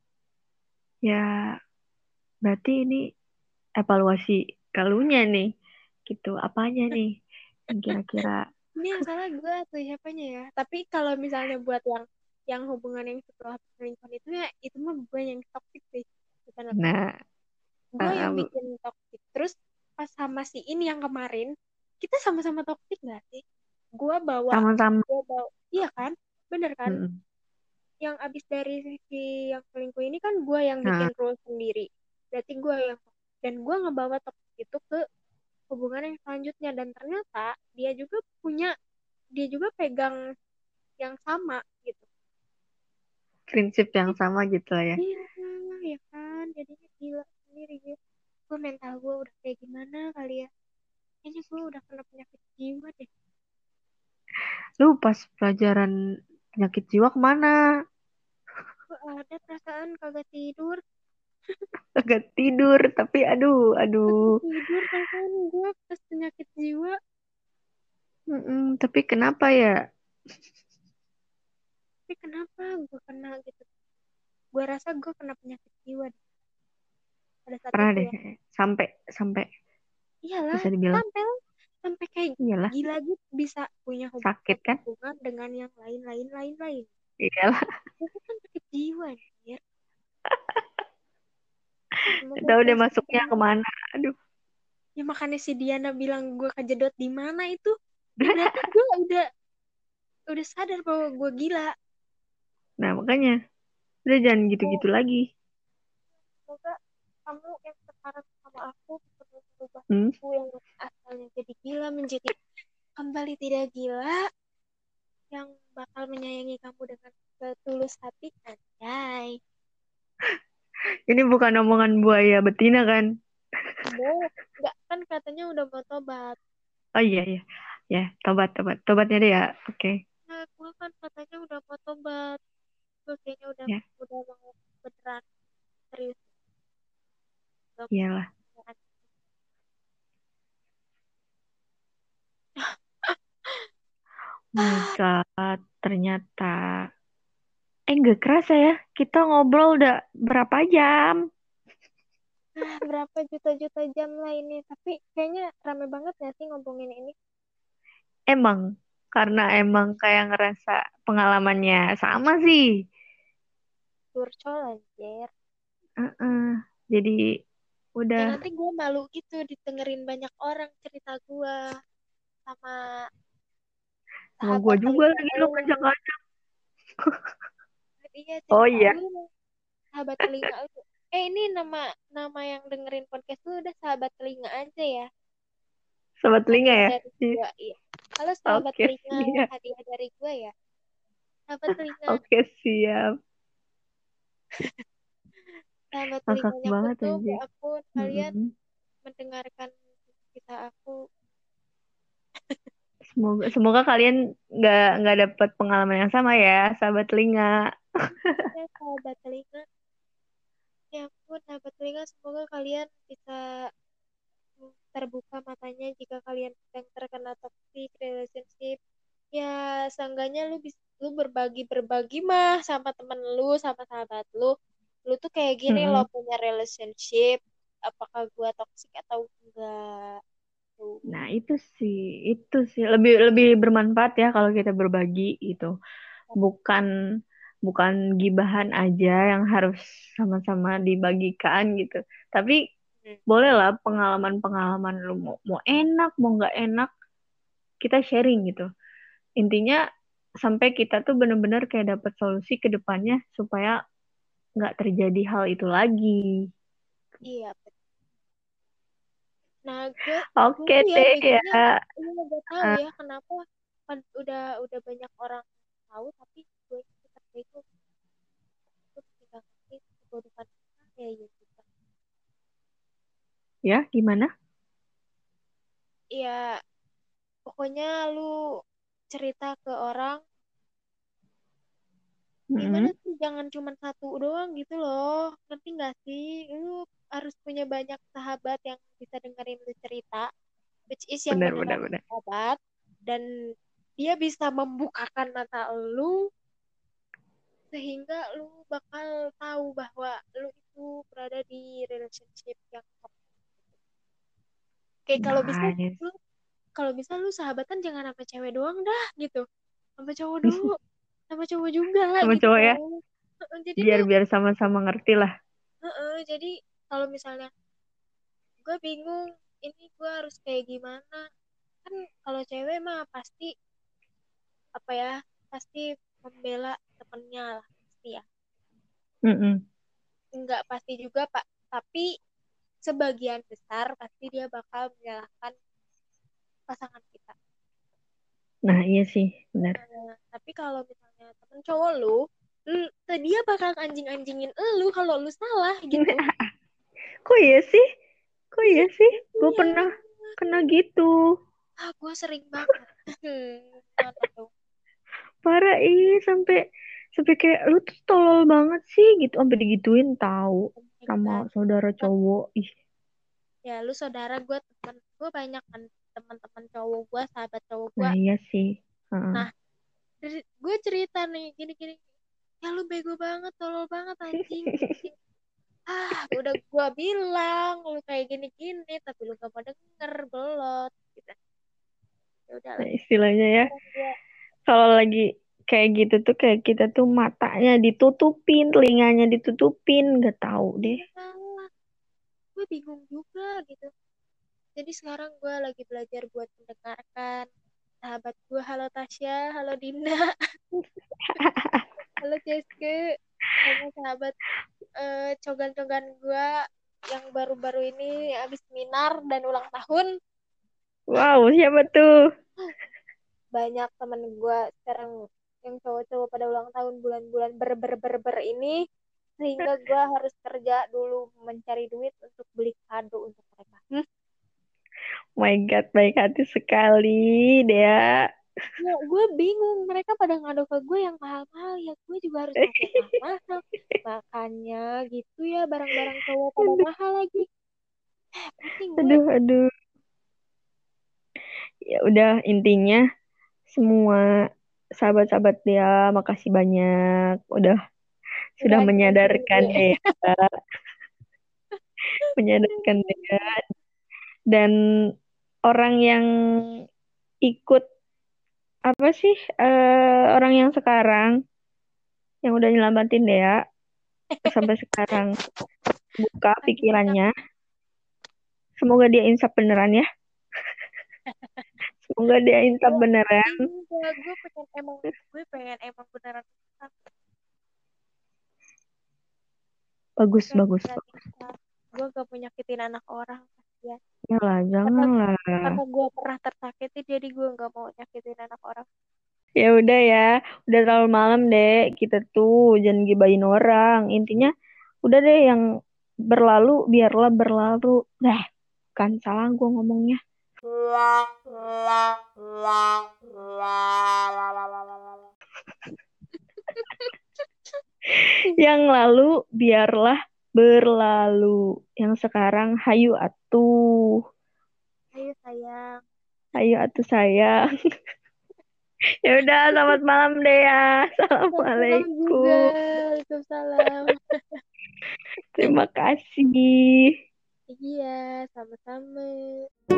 Ya, berarti ini evaluasi kalunya nih. Gitu, apanya nih? Yang kira-kira, Ini yang salah gue atau siapanya ya? Tapi kalau misalnya buat yang yang hubungan yang setelah perselingkuhan itu ya, itu mah gue yang toxic sih. Bukan lo. nah, Gue yang um, bikin toxic. Terus pas sama si ini yang kemarin, kita sama-sama toxic gak sih? Gue bawa, sama-sama. gue bawa, iya kan? Bener kan? Mm-mm. Yang abis dari si yang selingkuh ini kan gue yang Nah, bikin rules sendiri. Berarti gue yang, dan gue ngebawa toxic itu ke hubungan yang selanjutnya. Dan ternyata dia juga punya, dia juga pegang yang sama gitu. prinsip yang sama gitu lah ya. Iya, ya kan? Jadinya gila sendiri gitu. Gue mental gue udah kayak gimana kali ya. Kayaknya gue udah kena penyakit jiwa deh. Lu pas pelajaran penyakit jiwa kemana? Gue ada perasaan kagak tidur. Agak tidur, tapi aduh, Kagak aduh. tidur perasaan gue pas penyakit jiwa. Mm-mm, tapi kenapa ya? Tapi kenapa gue kena gitu? Gue rasa gue kena penyakit jiwa deh pada saat Pernah itu deh, ya. sampai sampai Iyalah, bisa dibilang, sampai sampai kayak iyalah, gila gitu bisa punya sakit hubungan kan? hubungan dengan yang lain lain lain lain. Iyalah, Itu kan sakit jiwa anjir. Semoga tahu gue deh masuknya segera. kemana. Aduh, Ya makanya si Diana bilang gue kejedot di mana itu. Ya berarti gue udah udah sadar bahwa gue gila. nah makanya Udah jangan Oh, gitu-gitu lagi. semoga kamu yang sekarang sama aku bisa berubah Hmm? aku yang asalnya jadi gila menjadi kembali tidak gila, yang bakal menyayangi kamu dengan setulus hati, anjay. Ini bukan omongan buaya betina kan? Mau nggak, kan katanya udah mau tobat. Oh iya iya. Ya, tobat tobat. Tobatnya deh ya. Oke. Nah, gue kan katanya udah mau tobat. Gue kayaknya udah Ya, udah mau beneran serius. Gak mau iyalah. beneran. My God, ternyata. Eh, nggak kerasa ya. Kita ngobrol udah berapa jam? Ah, berapa juta-juta jam lah ini. Tapi kayaknya rame banget ya sih ngomongin ini. Emang, karena emang kayak ngerasa pengalamannya sama sih. Curcol anjir. Heeh. Jadi, Ya udah. nanti gue malu gitu didengerin banyak orang cerita gue sama Sama gua sahabat juga telinga lagi lo elu. ngajak-ngajak. Iya, Oh cerita iya, lu, sahabat telinga elu. Eh, ini nama nama yang dengerin podcast lu udah sahabat telinga aja ya. sobat telinga Hadiah ya. dari Iya. gua, iya. Halo sahabat Oke, telinga, siap. hadiah dari gua ya. Sahabat telinga, Oke, siap. sahabat Ngakak telinganya banget kutuk, ya anjir. ampun, kalian Mm-mm. mendengarkan kisah aku. Semoga semoga kalian nggak nggak dapet pengalaman yang sama ya, sahabat telinga. Ya, sahabat telinga, ya ampun, sahabat telinga, semoga kalian bisa terbuka matanya jika kalian sedang terkena toxic relationship. Ya, seenggaknya lu bisa lu berbagi berbagi mah sama temen lu, sama sahabat lu. Lu tuh kayak gini loh Mm-mm. punya relationship. Apakah gua toxic atau enggak? Tuh. Nah, itu sih, itu sih lebih lebih bermanfaat ya kalau kita berbagi itu. Bukan bukan gibahan aja yang harus sama-sama dibagikan gitu. Tapi Hmm. bolehlah pengalaman-pengalaman lu mau mau enak mau nggak enak kita sharing gitu. Intinya sampai kita tuh bener-bener kayak dapet solusi ke depannya supaya nggak terjadi hal itu lagi. Iya, betul. Nah, gue gue Oke tuh ya deh begonya, ya. ini gak tahu Ah, ya kenapa kan udah udah banyak orang tahu, tapi gue tetap bego. Gue tidak ngerti kebodohan apa ya gitu. ya gimana? Ya, pokoknya lu cerita ke orang gimana Mm-mm, sih, jangan cuma satu doang gitu loh, ngerti nggak sih? Lu harus punya banyak sahabat yang bisa dengerin lu cerita, which is yang bener bener beneran bener. sahabat, dan dia bisa membukakan mata lu sehingga lu bakal tahu bahwa lu itu berada di relationship yang toxic. Kayak kalau bisa Nice. lu kalau bisa lu sahabatan jangan sama cewek doang dah gitu, sama cowok dulu, sama cowok juga Sama gitu cowok ya, kan. Jadi lu biar biar sama-sama ngerti lah. heeh, jadi kalau misalnya gue bingung ini gue harus kayak gimana, kan kalau cewek mah pasti apa ya, pasti membela temennya lah pasti ya, Mm-mm. enggak pasti juga pak, tapi sebagian besar pasti dia bakal menyalahkan pasangan kita. Nah iya sih bener. Nah, tapi kalau misalnya temen cowok lu, lu dia bakal anjing-anjingin lu kalau lu salah gitu. Kok iya sih? Kok Iya, iya sih? Gue iya pernah bener. kena gitu. Ah, gue sering banget. Hmm, mana dong? Parah ih sampai sampai kayak lu tuh tolol banget sih gitu sampai digituin tahu Oh my sama God. saudara Kan, cowok. Ih, ya lu saudara gue, temen gue banyak kan, teman-teman cowok gue, sahabat cowok gue. nah iya sih. Heeh. Nah, dari gue cerita nih gini-gini, ya lu bego banget, tolol banget anjing, gini-gini. Ah, udah gue bilang lu kayak gini-gini, tapi lu gak mau denger, belot gitu. Ya Nah, udahlah, istilahnya ya sekarang gue kalau lagi kayak gitu tuh kayak kita tuh matanya ditutupin, telinganya ditutupin, nggak tahu deh. iya salah, gue bingung juga gitu. Jadi sekarang gue lagi belajar buat mendengarkan sahabat gue. Halo Tasya, halo Dinda, halo Keske. sama sahabat eh, cogan-cogan gue yang baru-baru ini habis seminar dan ulang tahun. Wow, siapa tuh? Banyak temen gue sekarang yang cowok-cowok pada ulang tahun bulan-bulan ber-ber-ber-ber ini, sehingga gue harus kerja dulu mencari duit untuk beli kado untuk mereka. Hmm? My God, baik hati sekali, Dea. Ya, gue bingung. Mereka pada ngado ke gue yang mahal-mahal. Ya, gue juga harus pakai yang mahal-mahal. Makanya gitu ya, barang-barang cowok pada Aduh, mahal lagi. Pusing gue. aduh, aduh. Ya udah, intinya semua sahabat-sahabat Dea, makasih banyak. Udah Udah sudah ngingetin menyadarkan gue. Dea, menyadarkan Dea. Dan orang yang ikut apa sih eh, orang yang sekarang yang udah nyelamatin Dea sampai sekarang buka Anak-anak. pikirannya. Semoga dia insaf beneran ya. Semoga dia insaf Gue, beneran. iya, gue pengen emang, gue pengen emang beneran. Gue Bagus, pengen bagus. beneran insaf. Gue gak mau nyakitin anak orang. Ya. Ya lah, Karena, janganlah. karena gue pernah tersakiti, jadi gue gak mau nyakitin anak orang. Ya udah ya, udah terlalu malam deh. Kita tuh jangan gibahin orang. Intinya udah deh yang berlalu biarlah berlalu. Dah, kan salah gue ngomongnya. Yang lalu biarlah berlalu. Yang sekarang hayu atuh. Ayo sayang. Hayu atuh sayang. Ya udah, selamat malam deh ya. Selamat malam juga. Assalamualaikum. Waalaikumsalam. Terima kasih. Iya, sama-sama.